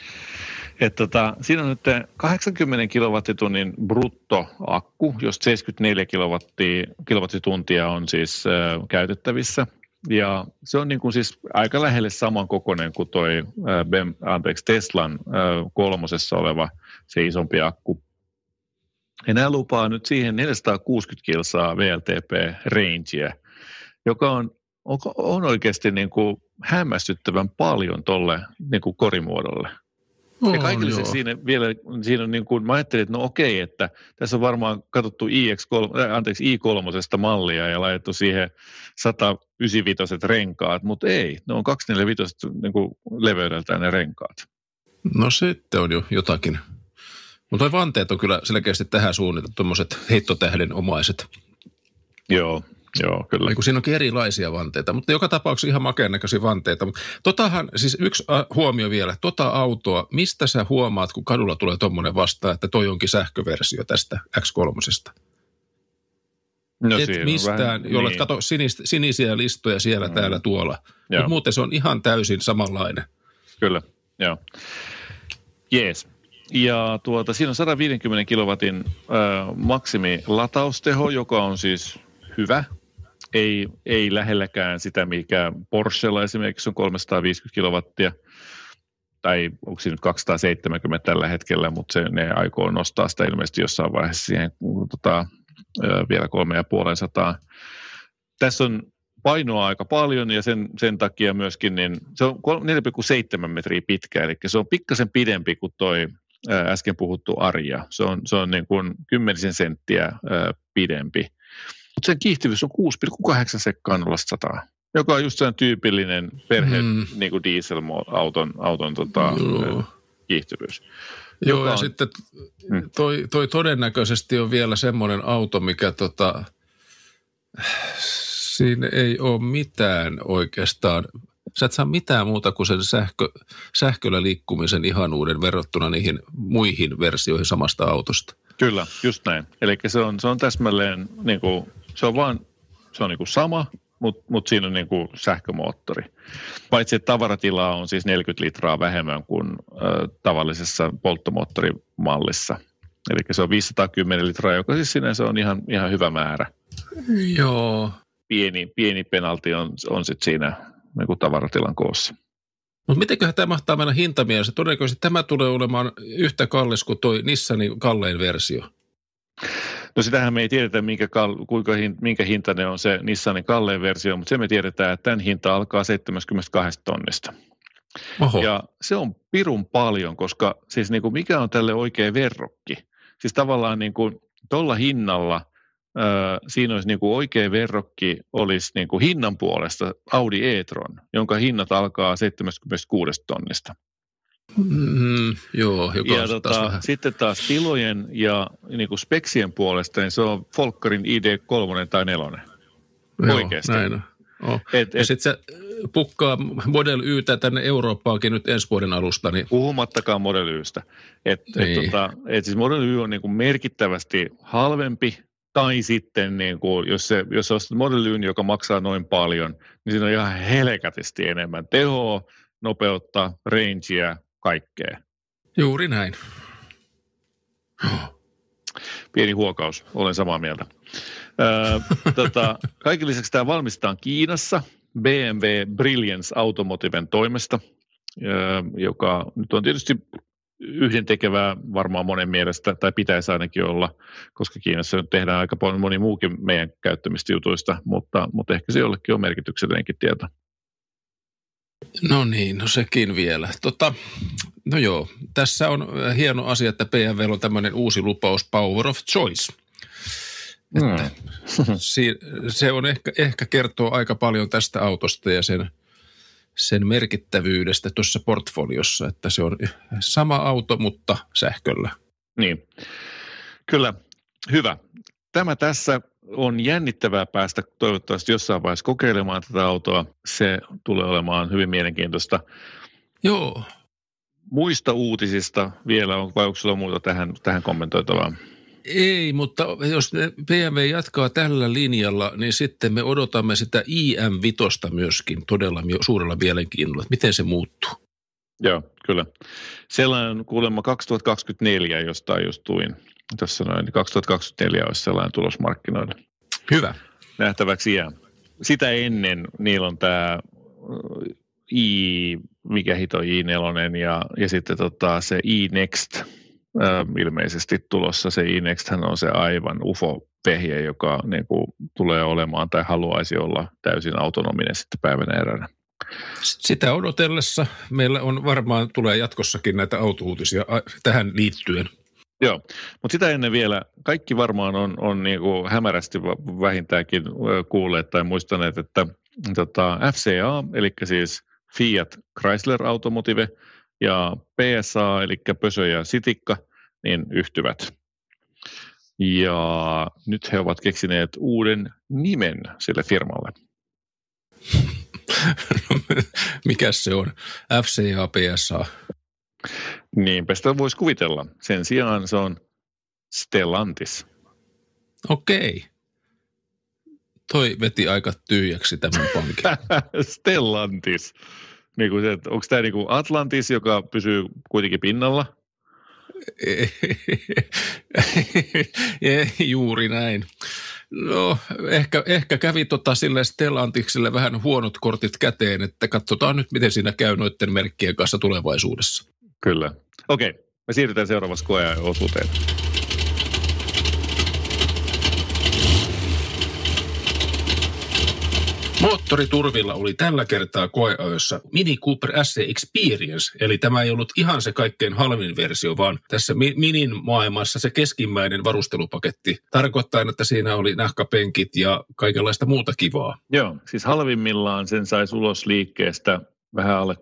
Siinä on nyt 80 kilowattitunnin bruttoakku, josta 74 kilowattituntia on siis käytettävissä. Ja se on niin kuin siis aika lähelle saman kokoinen kuin toi Teslan kolmosessa oleva se isompi akku. Ja nämä lupaa nyt siihen 460 kilsaa VLTP-rangea, joka on oikeasti niin kuin hämmästyttävän paljon tolle niin kuin korimuodolle. Ja kaikille siinä on niin kuin, mä ajattelin, että no okei, että tässä on varmaan katsottu i3 mallia ja laitettu siihen 195 renkaat, mutta ei, ne on 245 niin kuin leveydeltään ne renkaat. No sitten on jo jotakin. Mutta vanteet on kyllä selkeästi tähän suunniteltu, tuommoiset heittotähdenomaiset. Joo, kyllä. Kun siinä onkin erilaisia vanteita, mutta joka tapauksessa ihan makeen näköisiä vanteita. Totahan, siis yksi huomio vielä, autoa, mistä sä huomaat, kun kadulla tulee tommonen vastaan, että toi onkin sähköversio tästä X3? No et mistään, jolle niin. Kato sinisiä listoja siellä täällä tuolla, mutta muuten se on ihan täysin samanlainen. Kyllä, joo. Jees. Ja siinä on 150 kilowatin maksimilatausteko, joka on siis hyvä. Ei lähelläkään sitä, mikä Porschella esimerkiksi on 350 kilowattia, tai onko siinä nyt 270 tällä hetkellä, mutta ne aikoo nostaa sitä ilmeisesti jossain vaiheessa siihen vielä 350. Tässä on painoa aika paljon ja sen takia myöskin, niin se on 4,7 metriä pitkä, eli se on pikkasen pidempi kuin toi äsken puhuttu Aria. Se on niin kuin 10 senttiä pidempi. Mutta sen kiihtyvyys on 6,8 sekkaa 0-100. Joka on just sellainen tyypillinen perhe niin kuin diesel-auton kiihtyvyys. Joo, ja sitten toi todennäköisesti on vielä semmoinen auto, mikä siinä ei ole mitään oikeastaan. Sä et saa mitään muuta kuin sen sähköllä liikkumisen ihanuuden verrattuna niihin muihin versioihin samasta autosta. Kyllä, just näin. Eli se on täsmälleen, niin kuin, se on niin kuin sama, mutta siinä on niin kuin sähkömoottori. Paitsi että tavaratilaa on siis 40 litraa vähemmän kuin tavallisessa polttomoottorimallissa. Eli se on 510 litraa, joka siis sinänsä on ihan hyvä määrä. Joo. Pieni penalti on sitten siinä niin kuin tavaratilan koossa. Mutta mitenköhän tämä mahtaa mennä hintamielessä? Todennäköisesti tämä tulee olemaan yhtä kallis kuin toi Nissanin kallein versio. No sitähän me ei tiedetä, minkä hintainen on se Nissanin kallein versio, mutta se me tiedetään, että tämän hinta alkaa 72 tonnista. Oho. Ja se on pirun paljon, koska siis niin kuin mikä on tälle oikea verrokki? Siis tavallaan niin kuin tuolla hinnalla siinä olisi niin kuin oikea verrokki olisi niin kuin hinnan puolesta Audi e-tron, jonka hinnat alkaa 76 tonnista. Joo, ja sitten taas tilojen ja niin kuin speksien puolesta, niin se on Volkkarin ID3 tai 4. Joo, oikeasti. Näin on. Ja sitten se pukkaa Model Ytä tänne Eurooppaankin nyt ensi vuoden alusta. Niin... Puhumattakaan Model Ystä. Siis Model Y on niin kuin merkittävästi halvempi, tai sitten niin kuin, jos ostat Model Yn, joka maksaa noin paljon, niin siinä on ihan helkätisti enemmän tehoa, nopeutta, rangea, kaikkea. Juuri näin. Pieni huokaus, olen samaa mieltä. Kaiken lisäksi tämä valmistetaan Kiinassa BMW Brilliance Automotiven toimesta, joka nyt on tietysti yhdentekevää varmaan monen mielestä, tai pitäisi ainakin olla, koska Kiinassa nyt tehdään aika paljon moni muukin meidän käyttämistä jutuista, mutta ehkä se jollekin on merkityksellinenkin tieto. No niin, no sekin vielä. No joo, tässä on hieno asia, että BMW on tämmöinen uusi lupaus Power of Choice. Se on ehkä kertoo aika paljon tästä autosta ja sen merkittävyydestä tuossa portfoliossa, että se on sama auto, mutta sähköllä. Niin, kyllä, hyvä. Tämä tässä on jännittävää päästä toivottavasti jossain vaiheessa kokeilemaan tätä autoa. Se tulee olemaan hyvin mielenkiintoista. Joo. Muista uutisista vielä, vai onko sulla muuta tähän kommentoitavaa? Ei, mutta jos BMW jatkaa tällä linjalla, niin sitten me odotamme sitä IM5 myöskin todella suurella mielenkiinnolla. Miten se muuttuu? Joo, kyllä. Sellainen kuulemma 2024, jostain just tuin. Tässä noin 2024 olisi sellainen tulos markkinoille. Hyvä. Nähtäväksi jää. Sitä ennen niillä on tämä mikä hito i4 ja sitten se i-Next ilmeisesti tulossa. Se i-Nexthän on se aivan UFO-vehje, joka niin kuin tulee olemaan tai haluaisi olla täysin autonominen sitten päivänä eräänä. Sitä odotellessa meillä on varmaan tulee jatkossakin näitä autouutisia tähän liittyen. Joo, mutta sitä ennen vielä, kaikki varmaan on niin kuin hämärästi vähintäänkin kuulleet tai muistaneet, että FCA, eli siis Fiat Chrysler Automotive ja PSA, eli Peugeot ja Citicca, niin yhtyvät. Ja nyt he ovat keksineet uuden nimen sille firmalle. Mikäs se on? FCA, PSA. Niinpä sitä voisi kuvitella. Sen sijaan se on Stellantis. Okei. Toi veti aika tyhjäksi tämän pankin. Stellantis. Niin kuin se, onko tämä niin kuin Atlantis, joka pysyy kuitenkin pinnalla? Juuri näin. No, ehkä kävi sille Stellantikselle vähän huonot kortit käteen, että katsotaan nyt, miten siinä käy noiden merkkien kanssa tulevaisuudessa. Kyllä. Okei, me siirrytään seuraavassa koeosuuteen. Moottoriturvilla oli tällä kertaa koeajossa Mini Cooper SE Experience, eli tämä ei ollut ihan se kaikkein halvin versio, vaan tässä Minin maailmassa se keskimmäinen varustelupaketti, tarkoittaa, että siinä oli nahkapenkit ja kaikenlaista muuta kivaa. Joo, siis halvimmillaan sen saisi ulos liikkeestä vähän alle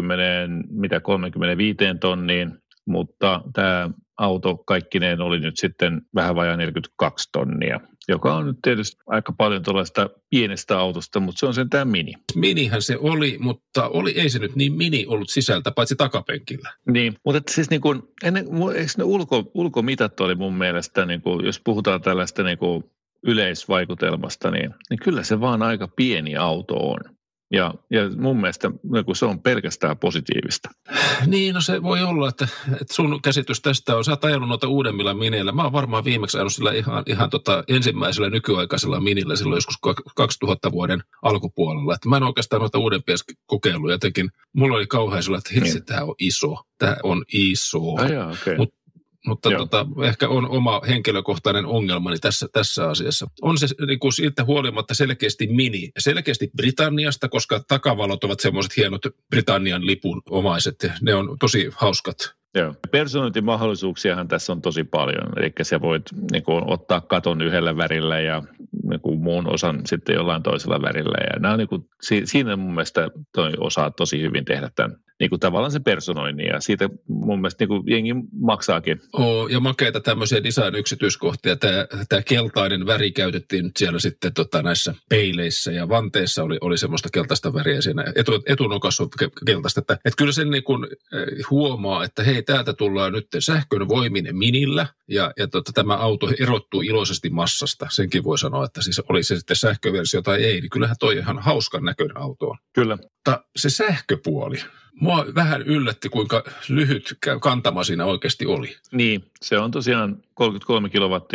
35 tonniin, mutta tämä auto kaikkineen oli nyt sitten vähän vajaa 42 tonnia, joka on nyt tietysti aika paljon tuollaista pienestä autosta, mutta se on sentään mini. Minihän se oli, mutta ei se nyt niin mini ollut sisältä, paitsi takapenkillä. Niin, mutta siis niin kuin, eikö ne ulkomitat oli mun mielestä, niin kuin, jos puhutaan tällaista niin kuin yleisvaikutelmasta, niin kyllä se vaan aika pieni auto on. Ja mun mielestä se on pelkästään positiivista. Niin, no se voi olla, että sun käsitys tästä on, sä oot ajanut noita uudemmilla mineillä. Mä oon varmaan viimeksi ajanut sillä ihan ensimmäisellä nykyaikaisella minillä silloin joskus 2000 vuoden alkupuolella. Että mä en oikeastaan noita uudempia kokeiluja jotenkin. Mulla oli kauhean sillä, että hitsi, tää on iso. Tää on iso. Okay. Mutta ehkä on oma henkilökohtainen ongelmani tässä asiassa. On se niin kuin siitä huolimatta selkeästi mini. Selkeästi Britanniasta, koska takavalot ovat semmoiset hienot Britannian lipun omaiset. Ne on tosi hauskat. Joo. Personointimahdollisuuksiahan tässä on tosi paljon. Eli sä voit niin kuin, ottaa katon yhdellä värillä ja niin kuin, muun osan sitten jollain toisella värillä. Ja nämä on, niin kuin, siinä mun mielestä toi osaa tosi hyvin tehdä tämän. Niin kuin tavallaan se personoinnin ja siitä mun mielestä niin kuin jengi maksaakin. Ja makeita tämmöisiä design-yksityiskohtia. Tämä keltainen väri käytettiin nyt siellä sitten näissä peileissä ja vanteissa oli semmoista keltaista väriä siinä. Etunokassa on keltaista. Että kyllä sen niin kuin huomaa, että hei, täältä tullaan nyt sähkön voimin minillä ja tämä auto erottuu iloisesti massasta. Senkin voi sanoa, että siis oli se sitten sähköversio tai ei, niin kyllähän toi ihan hauskan näköinen auto on. Kyllä. Mutta se sähköpuoli. Mua vähän yllätti, kuinka lyhyt kantama siinä oikeasti oli. Niin, se on tosiaan 33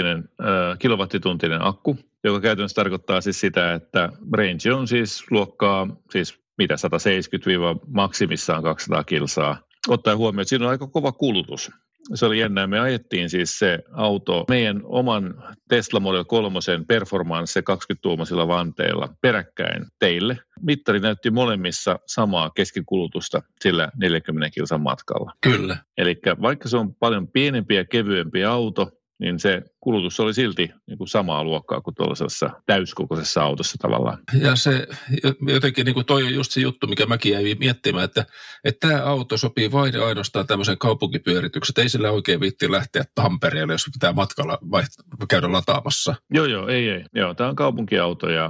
kilowattituntinen akku, joka käytännössä tarkoittaa siis sitä, että range on siis luokkaa, siis mitä 170- maksimissaan 200 kilsaa. Ottaen huomioon, että siinä on aika kova kulutus. Se oli jännää. Me ajettiin siis se auto meidän oman Tesla Model 3 Performance 20-tuumaisilla vanteilla peräkkäin teille. Mittari näytti molemmissa samaa keskikulutusta sillä 40 kilsan matkalla. Kyllä. Eli vaikka se on paljon pienempi ja kevyempi auto, niin se kulutus oli silti niin kuin samaa luokkaa kuin tuollaisessa täyskokoisessa autossa tavallaan. Ja se jotenkin niin kuin toi on just se juttu, mikä mäkin jäin miettimään, että tämä auto sopii vain ainoastaan tämmöisen kaupunkipyörityksen. Ei sillä oikein viitti lähteä Tampereelle, jos pitää matkalla käydä lataamassa. Joo, ei. Joo, tämä on kaupunkiauto ja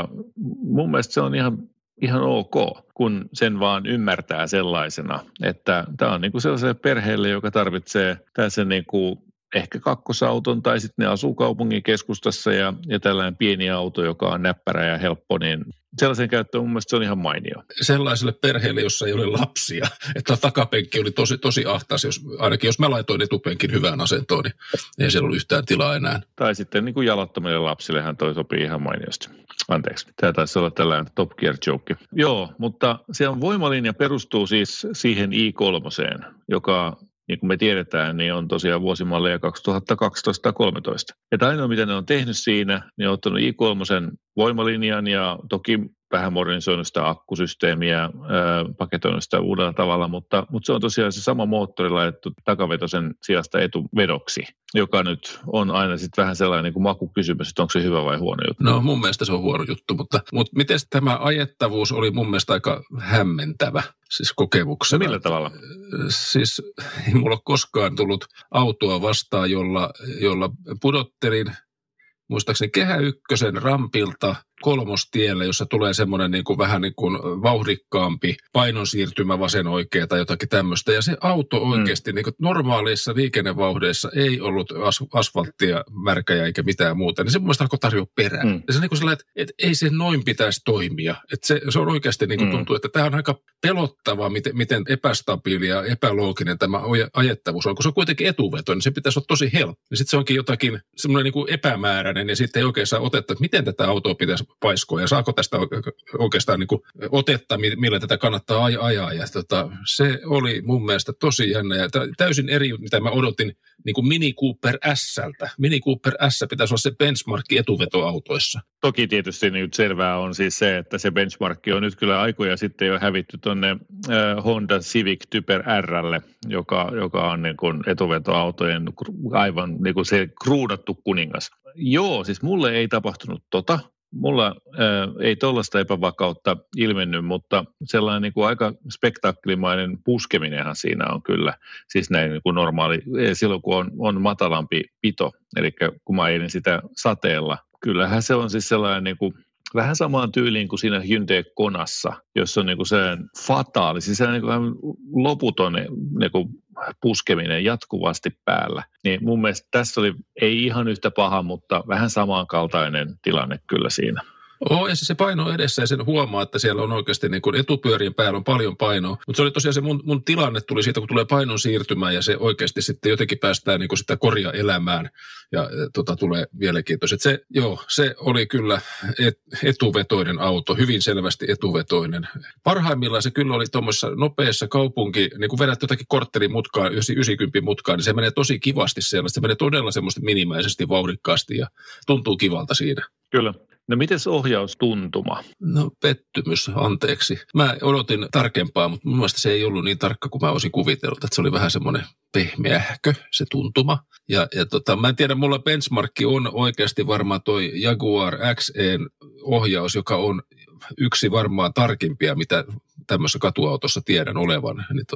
mun mielestä se on ihan ok, kun sen vaan ymmärtää sellaisena, että tämä on niin kuin sellaiselle perheelle, joka tarvitsee tässä niin kuin ehkä kakkosauton tai sitten ne asuu kaupungin keskustassa ja tällainen pieni auto, joka on näppärä ja helppo, niin sellaisen käyttöön mun mielestä se on ihan mainio. Sellaiselle perheelle, jossa ei ole lapsia, että takapenkki oli tosi ahtaas, ainakin jos mä laitoin etupenkin hyvään asentoon, niin ei siellä ollut yhtään tilaa enää. Tai sitten niin kuin jalottomille lapsillehan toi sopii ihan mainiosti. Anteeksi, tämä taisi olla tällainen Top Gear joke. Joo, mutta se on voimalinja perustuu siis siihen i3, joka niin kuin me tiedetään, niin on tosiaan vuosimalleja 2012 ja 2013. Ja ainoa, mitä ne on tehnyt siinä, niin on ottanut i3 voimalinjan ja toki vähän modernisoinut sitä akkusysteemiä, paketoinut sitä uudella tavalla, mutta se on tosiaan se sama moottori laitettu takavetosen sijasta etuvedoksi, joka nyt on aina sitten vähän sellainen niin kuin makukysymys, että onko se hyvä vai huono juttu. No mun mielestä se on huono juttu, mutta miten tämä ajettavuus oli mun mielestä aika hämmentävä, siis kokemuksena. Millä tavalla? Siis ei mulla ole koskaan tullut autoa vastaan, jolla pudottelin muistaakseni Kehä Ykkösen rampilta Kolmostielle, jossa tulee semmoinen niin kuin vähän niin kuin vauhdikkaampi painonsiirtymä vasen oikea tai jotakin tämmöistä. Ja se auto oikeasti niin kuin normaaleissa liikennevauhdeissa ei ollut asfalttia, märkäjä eikä mitään muuta. Niin se mun mielestä alkoi tarjoa perään. Ja se niin kuin sellainen, että ei se noin pitäisi toimia. Että se on oikeasti niin kuin tuntuu, että tämä on aika pelottavaa, miten epästabiili ja epälooginen tämä ajettavuus on. Kun se on kuitenkin etuveto, niin se pitäisi olla tosi helppo. Ja sitten se onkin jotakin semmoinen niin kuin epämääräinen ja sitten ei oikein saa otetta, että miten tätä autoa pitäisi paiskoa ja saako tästä oikeastaan niin kuin otetta, millä tätä kannattaa ajaa. Ja se oli mun mielestä tosi jännä ja täysin eri, mitä mä odotin niin kuin Mini Cooper S:ltä. Mini Cooper S pitäisi olla se benchmarkki etuvetoautoissa. Toki tietysti nyt selvää on siis se, että se benchmarkki on nyt kyllä aikoja sitten jo hävitty tuonne Honda Civic Type R:lle, joka on niin kuin etuvetoautojen aivan niin kuin se kruunattu kuningas. Joo, siis mulle ei tapahtunut Mulla ei tuollaista epävakautta ilmennyt, mutta sellainen niin kuin aika spektakkelimainen puskeminenhan siinä on kyllä. Siis näin niin kuin normaali, silloin kun on matalampi pito, eli kun mä ajelin sitä sateella. Kyllähän se on siis sellainen niin kuin vähän samaan tyyliin kuin siinä Hyundai Konassa, jossa on niin kuin sellainen fataali, siis sellainen niin kuin loputon niin kuin puskeminen jatkuvasti päällä. Niin mun mielestä tässä oli ei ihan yhtä paha, mutta vähän samankaltainen tilanne kyllä siinä. Ja se paino edessä ja sen huomaa, että siellä on oikeasti niin kuin etupyörien päällä on paljon painoa. Mutta se oli tosiaan se mun tilanne tuli siitä, kun tulee painon siirtymään ja se oikeasti sitten jotenkin päästään niin kuin sitä korjaa elämään ja tulee mielenkiintoista. Se oli kyllä etuvetoinen auto, hyvin selvästi etuvetoinen. Parhaimmillaan se kyllä oli tuommoisessa nopeassa kaupunki, niin kun vedät jotakin korttelin mutkaa, 90 mutkaa, niin se menee tosi kivasti sellaista. Se menee todella semmoista minimäisesti, vauhdikkaasti ja tuntuu kivalta siinä. Kyllä. No mites ohjaustuntuma? No pettymys, anteeksi. Mä odotin tarkempaa, mutta mun mielestä se ei ollut niin tarkka kuin mä olisin kuvitellut, että se oli vähän semmoinen pehmeähkö se tuntuma. Ja mä en tiedä, mulla benchmarkki on oikeasti varmaan toi Jaguar XE:n ohjaus, joka on yksi varmaan tarkimpia, mitä tämmöisessä katuautossa tiedän olevan. Niin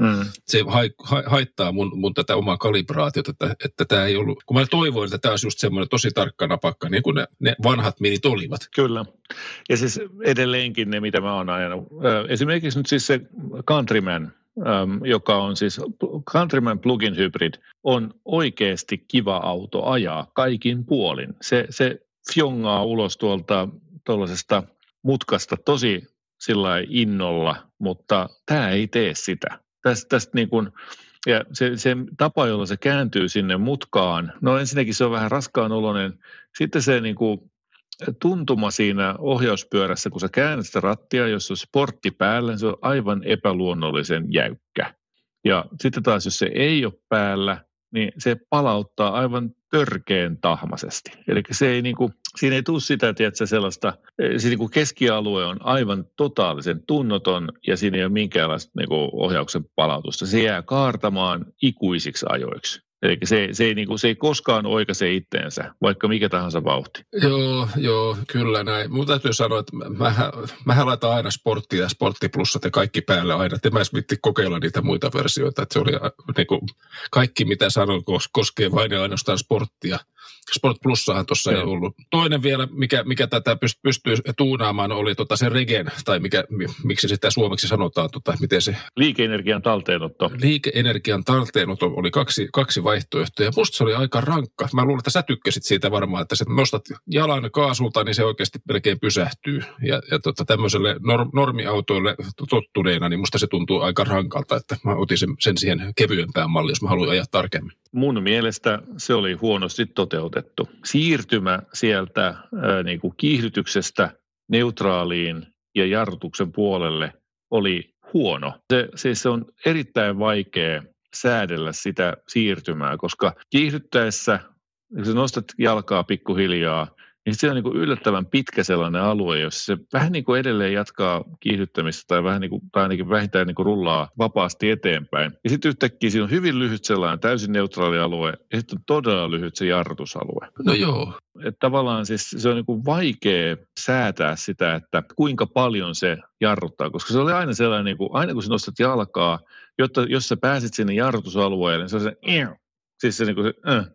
se haittaa mun tätä omaa kalibraatiota, että tämä ei ollut, kun mä toivoin, että tämä olisi just semmoinen tosi tarkka napakka, niin kuin ne vanhat minit olivat. Kyllä. Ja siis edelleenkin ne, mitä mä oon ajanut. Esimerkiksi nyt siis se Countryman, joka on siis Countryman plug-in hybrid, on oikeasti kiva auto ajaa kaikin puolin. Se fjongaa ulos tuollaisesta mutkasta tosi sillä innolla, mutta tämä ei tee sitä. Tästä niin kuin, ja se tapa, jolla se kääntyy sinne mutkaan, no ensinnäkin se on vähän raskaan oloinen, sitten se niin kuin tuntuma siinä ohjauspyörässä, kun sä käännät sitä rattia, jos on sportti päällä, niin se on aivan epäluonnollisen jäykkä. Ja sitten taas, jos se ei ole päällä, niin se palauttaa aivan törkeän tahmaisesti. Eli se ei niinku, siinä ei tule sitä, tiedätkö, sellaista, se niinku keskialue on aivan totaalisen tunnoton ja siinä ei ole minkäänlaista niinku ohjauksen palautusta. Se jää kaartamaan ikuisiksi ajoiksi. Eli se ei koskaan oikaise itteensä, vaikka mikä tahansa vauhti. Joo, kyllä näin. Mun täytyy sanoa, että mähän laitan aina sporttia ja sporttiplussat ja kaikki päälle aina. Et en mä edes viitti kokeilla niitä muita versioita. Että se oli niin kuin, kaikki, mitä sanon, koskee vain ja ainoastaan sporttia. Sport Plussahan tuossa ei ollut. Toinen vielä, mikä tätä pystyy tuunaamaan, oli se Regen, tai miksi sitä suomeksi sanotaan, miten se... Liike-energian talteenotto. Liike-energian talteenotto oli kaksi vaihtoehtoja. Ja musta se oli aika rankka. Mä luulen, että sä tykkäsit siitä varmaan, että sä nostat jalan kaasulta, niin se oikeasti melkein pysähtyy. Ja tämmöiselle normiautoille tottuneena, niin musta se tuntuu aika rankalta, että mä otin sen siihen kevyempään malliin, jos mä haluan ajaa tarkemmin. Mun mielestä se oli huonosti toteutettu. Siirtymä sieltä niin kuin kiihdytyksestä neutraaliin ja jarrutuksen puolelle oli huono. Se on erittäin vaikea säädellä sitä siirtymää, koska kiihdyttäessä, kun sä nostat jalkaa pikkuhiljaa, niin se on niin kuin yllättävän pitkä sellainen alue, jos se vähän niin kuin edelleen jatkaa kiihdyttämistä tai vähän niin kuin, tai ainakin vähintään niin kuin rullaa vapaasti eteenpäin. Ja sitten yhtäkkiä siinä on hyvin lyhyt sellainen täysin neutraali alue ja sitten on todella lyhyt se jarrutusalue. No joo. Että tavallaan siis se on niin kuin vaikea säätää sitä, että kuinka paljon se jarruttaa, koska se oli aina sellainen, niin kuin, aina kun sä nostat jalkaa, jotta jos sä pääsit sinne jarrutusalueelle, niin se on se, siis se niin kuin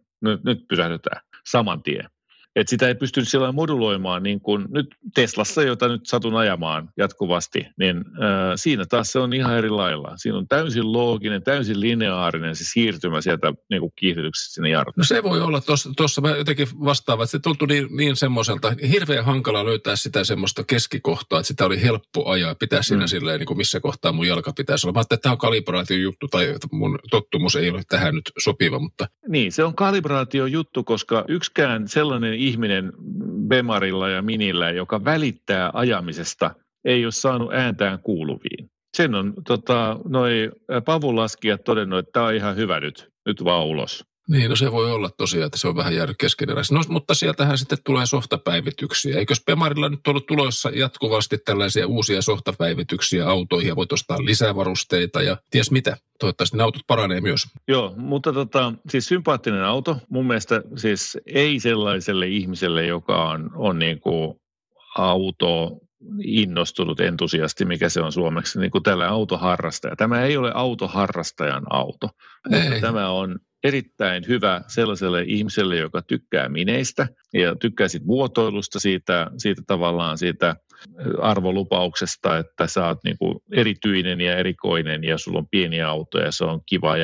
nyt pysähdytään saman tien. Että sitä ei pystynyt sillä moduloimaan niin kuin nyt Teslassa, jota nyt satun ajamaan jatkuvasti, niin siinä taas se on ihan eri lailla. Siinä on täysin looginen, täysin lineaarinen se siirtymä sieltä niin kuin kiihdytyksestä sinne jarruun. No se voi olla, tuossa mä jotenkin vastaava, että se tuntui niin semmoiselta, hirveän hankala löytää sitä semmoista keskikohtaa, että sitä oli helppo ajaa, pitää siinä silleen, niin kuin missä kohtaa mun jalka pitäisi olla. Mä ajattelin, että tämä on kalibraation juttu tai mun tottumus ei ole tähän nyt sopiva, mutta... Niin, se on kalibraation juttu, koska yksikään sellainen ihminen, Bemarilla ja Minillä, joka välittää ajamisesta, ei ole saanut ääntään kuuluviin. Sen on noi pavunlaskijat todennut, että tämä on ihan hyvä nyt vaan ulos. Niin, no se voi olla tosiaan, että se on vähän jäänyt keskeneräistä. No, mutta sieltähän sitten tulee softapäivityksiä. Eikös Bemarilla nyt ollut tulossa jatkuvasti tällaisia uusia softapäivityksiä autoihin ja voit ostaa lisävarusteita ja ties mitä. Toivottavasti ne autot paranee myös. Joo, mutta siis sympaattinen auto. Mun mielestä siis ei sellaiselle ihmiselle, joka on niin kuin auto innostunut entusiasti, mikä se on suomeksi, niin kuin tällä autoharrastaja. Tämä ei ole autoharrastajan auto, mutta tämä on erittäin hyvä sellaiselle ihmiselle, joka tykkää mineistä ja tykkää siitä vuotoilusta, siitä tavallaan siitä arvolupauksesta, että sä oot niin kuin erityinen ja erikoinen ja sulla on pieni auto ja se on kiva.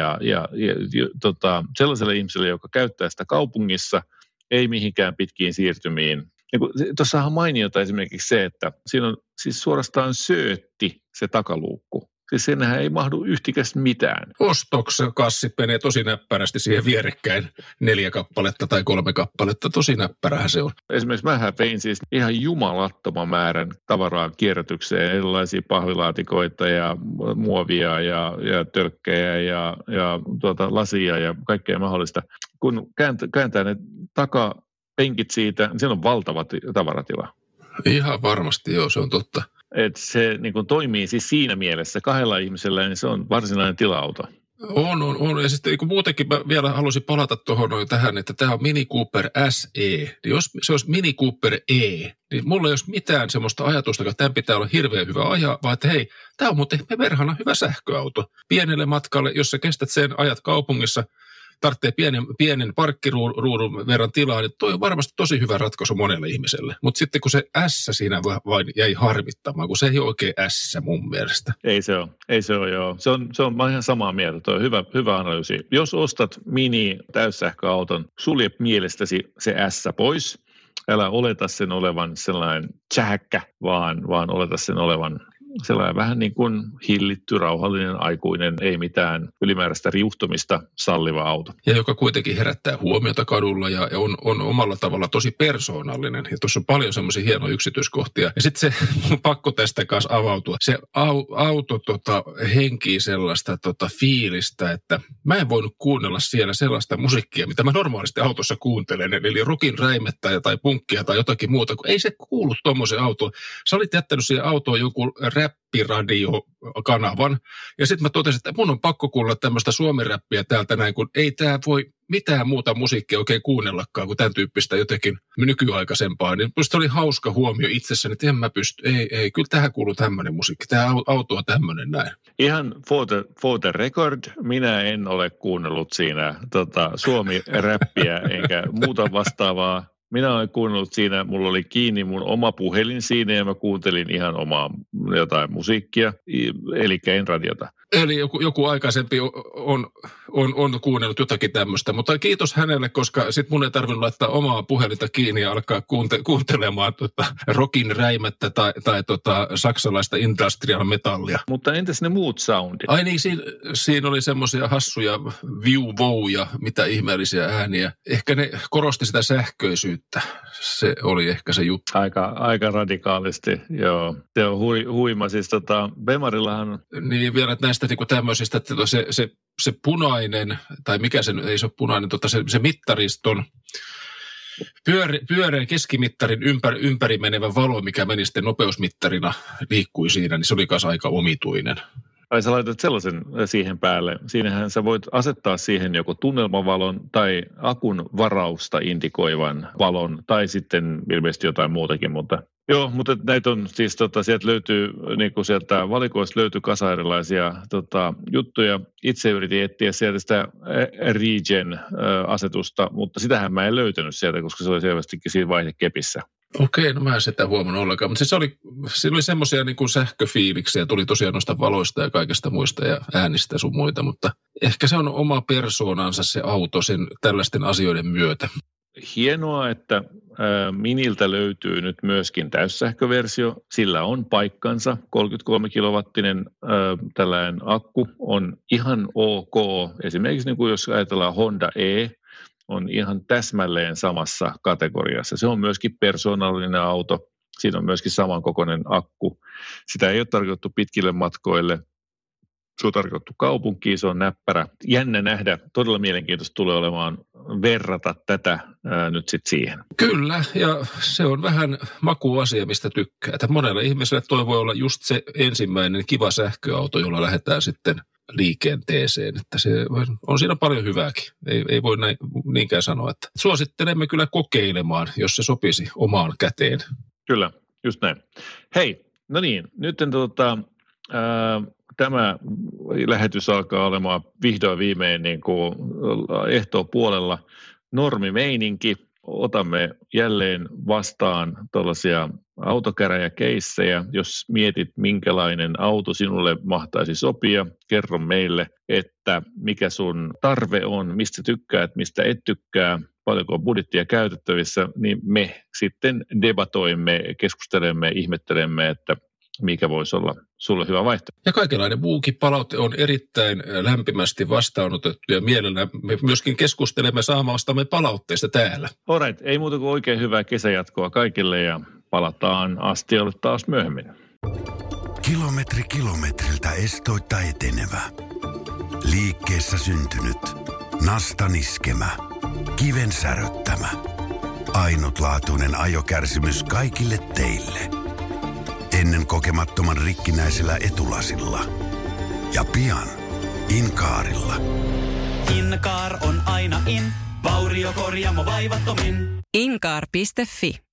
Sellaiselle ihmiselle, joka käyttää sitä kaupungissa, ei mihinkään pitkiin siirtymiin. Tuossahan on mainiota esimerkiksi se, että siinä on siis suorastaan söötti se takaluukku. Siis siinähän ei mahdu yhtikäs mitään. Ostoksen kassi menee tosi näppärästi siihen vierekkäin 4 kappaletta tai 3 kappaletta. Tosi näppärähän se on. Esimerkiksi mähän vein siis ihan jumalattoman määrän tavaraa kierrätykseen. Erilaisia pahvilaatikoita ja muovia ja tölkkejä ja lasia ja kaikkea mahdollista. Kun kääntää ne takapenkit siitä, niin siellä on valtava tavaratila. Ihan varmasti, joo, se on totta. Että se niin kun toimii siis siinä mielessä 2 ihmisellä, niin se on varsinainen tila-auto. On. Ja sitten muutenkin mä vielä halusin palata tähän, että tämä on Mini Cooper SE. Niin jos se olisi Mini Cooper E, niin mulla ei olisi mitään semmoista ajatusta, että tämän pitää olla hirveän hyvä ajaa, vaan että hei, tämä on muuten verhana hyvä sähköauto. Pienelle matkalle, jos sä kestät sen ajat kaupungissa, tarvitsee pienen parkkiruudun verran tilaa, niin toi on varmasti tosi hyvä ratkaisu monelle ihmiselle. Mutta sitten kun se S siinä vain jäi harmittamaan, kun se ei ole oikein S mun mielestä. Ei se ole joo. Se on mä ihan samaa mieltä, toi on hyvä analyysi. Jos ostat mini-täyssähköauton, sulje mielestäsi se S pois. Älä oleta sen olevan sellainen tsähäkkä, vaan oleta sen olevan sellainen vähän niin kuin hillitty, rauhallinen, aikuinen, ei mitään ylimääräistä riuhtumista salliva auto. Ja joka kuitenkin herättää huomiota kadulla ja on omalla tavalla tosi persoonallinen. Ja tuossa on paljon semmoisia hienoja yksityiskohtia. Ja sitten se on pakko tästä kanssa avautua. Se auto henkii sellaista fiilistä, että mä en voinut kuunnella siellä sellaista musiikkia, mitä mä normaalisti autossa kuuntelen. Eli rockin räimettä tai punkkia tai jotakin muuta, kun ei se kuulu tuommoiseen autoon. Sä olit jättänyt siihen autoon joku räppiradiokanavan. Ja sitten mä totesin, että mun on pakko kuulla tämmöistä suomiräppiä täältä näin, kun ei tää voi mitään muuta musiikkia oikein kuunnellakaan kuin tämän tyyppistä jotenkin nykyaikaisempaa. Niin musta oli hauska huomio itsessäni, että en mä pysty. Ei, kyllä tähän kuuluu tämmöinen musiikki. Tämä auto on tämmöinen näin. Ihan for the record, minä en ole kuunnellut siinä suomi-räppiä enkä muuta vastaavaa. Minä olen kuunnellut siinä, mulla oli kiinni mun oma puhelin siinä ja mä kuuntelin ihan omaa jotain musiikkia, eli en radiota. Eli joku aikaisempi on kuunnellut jotakin tämmöistä, mutta kiitos hänelle, koska sit mun ei tarvinnut laittaa omaa puhelinta kiinni ja alkaa kuuntelemaan rockin räimättä tai saksalaista industrial metallia. Mutta entäs ne muut soundit? Ai niin, siinä oli semmoisia hassuja viu-vou ja mitä ihmeellisiä ääniä. Ehkä ne korosti sitä sähköisyyttä. Se oli ehkä se juttu. Aika radikaalisti, joo. Se on huima. Siis Bemarillahan... Niin vielä näistä niinku tämmöisistä, että se punainen, tai mikä se ei se ole punainen, se mittariston pyöreän keskimittarin ympäri menevä valo, mikä meni sitten nopeusmittarina, liikkui siinä, niin se oli kanssa aika omituinen. Ai sä laitat sellaisen siihen päälle. Siinähän sä voit asettaa siihen joko tunnelmavalon tai akun varausta indikoivan valon tai sitten ilmeisesti jotain muutakin, mutta joo, mutta näitä on siis sieltä löytyy, niin kuin sieltä valikoista löytyy kasa erilaisia juttuja. Itse yritin etsiä sieltä sitä Regen-asetusta, mutta sitähän mä en löytänyt sieltä, koska se oli selvästikin siinä vaihdekepissä. Okei, no mä en sitä huomannut ollenkaan, mutta siinä oli semmoisia niin kuin sähköfiiliksiä, tuli tosiaan noista valoista ja kaikesta muista ja äänistä sun muita, mutta ehkä se on oma persoonansa se auto sen tällaisten asioiden myötä. Hienoa, että Miniltä löytyy nyt myöskin täyssähköversio. Sillä on paikkansa. 33 kilowattinen tällainen akku on ihan ok. Esimerkiksi niin kuin jos ajatellaan Honda E, on ihan täsmälleen samassa kategoriassa. Se on myöskin persoonallinen auto. Siinä on myöskin samankokoinen akku. Sitä ei ole tarkoitettu pitkille matkoille. Se on tarkoitettu kaupunkiin, se on näppärä. Jännä nähdä, todella mielenkiintoista tulee olemaan verrata tätä nyt sitten siihen. Kyllä, ja se on vähän makuasia, mistä tykkää. Että monelle ihmiselle toi voi olla just se ensimmäinen kiva sähköauto, jolla lähdetään sitten liikenteeseen. Että se on siinä paljon hyvääkin. Ei voi niinkään sanoa, että suosittelemme kyllä kokeilemaan, jos se sopisi omaan käteen. Kyllä, just näin. Hei, no niin, nyt tämä lähetys alkaa olemaan vihdoin viimein niin kuin ehtoopuolella normimeininki. Otamme jälleen vastaan tällaisia autokäräjäkeissejä. Jos mietit, minkälainen auto sinulle mahtaisi sopia, kerro meille, että mikä sun tarve on, mistä tykkäät, mistä et tykkää, paljonko on budjettia käytettävissä, niin me sitten debatoimme, keskustelemme, ihmettelemme, että mikä voisi olla sulle hyvä vaihtoehto. Ja kaikenlainen muukin palaute on erittäin lämpimästi vastaanotettu ja mielellä me myöskin keskustelemme saamastamme palautteista täällä. Alright, ei muuta kuin oikein hyvää kesäjatkoa kaikille ja palataan astiolle taas myöhemmin. Kilometri kilometriltä estoitta etenevä. Liikkeessä syntynyt. Nastan iskemä. Kiven säröttämä. Ainutlaatuinen ajokärsimys kaikille teille. Ennen kokemattoman rikkinäisellä etulasilla. Ja pian Inkaarilla. Inkaar on aina in. Vauriokorjaamo vaivattomin. Inkaar.fi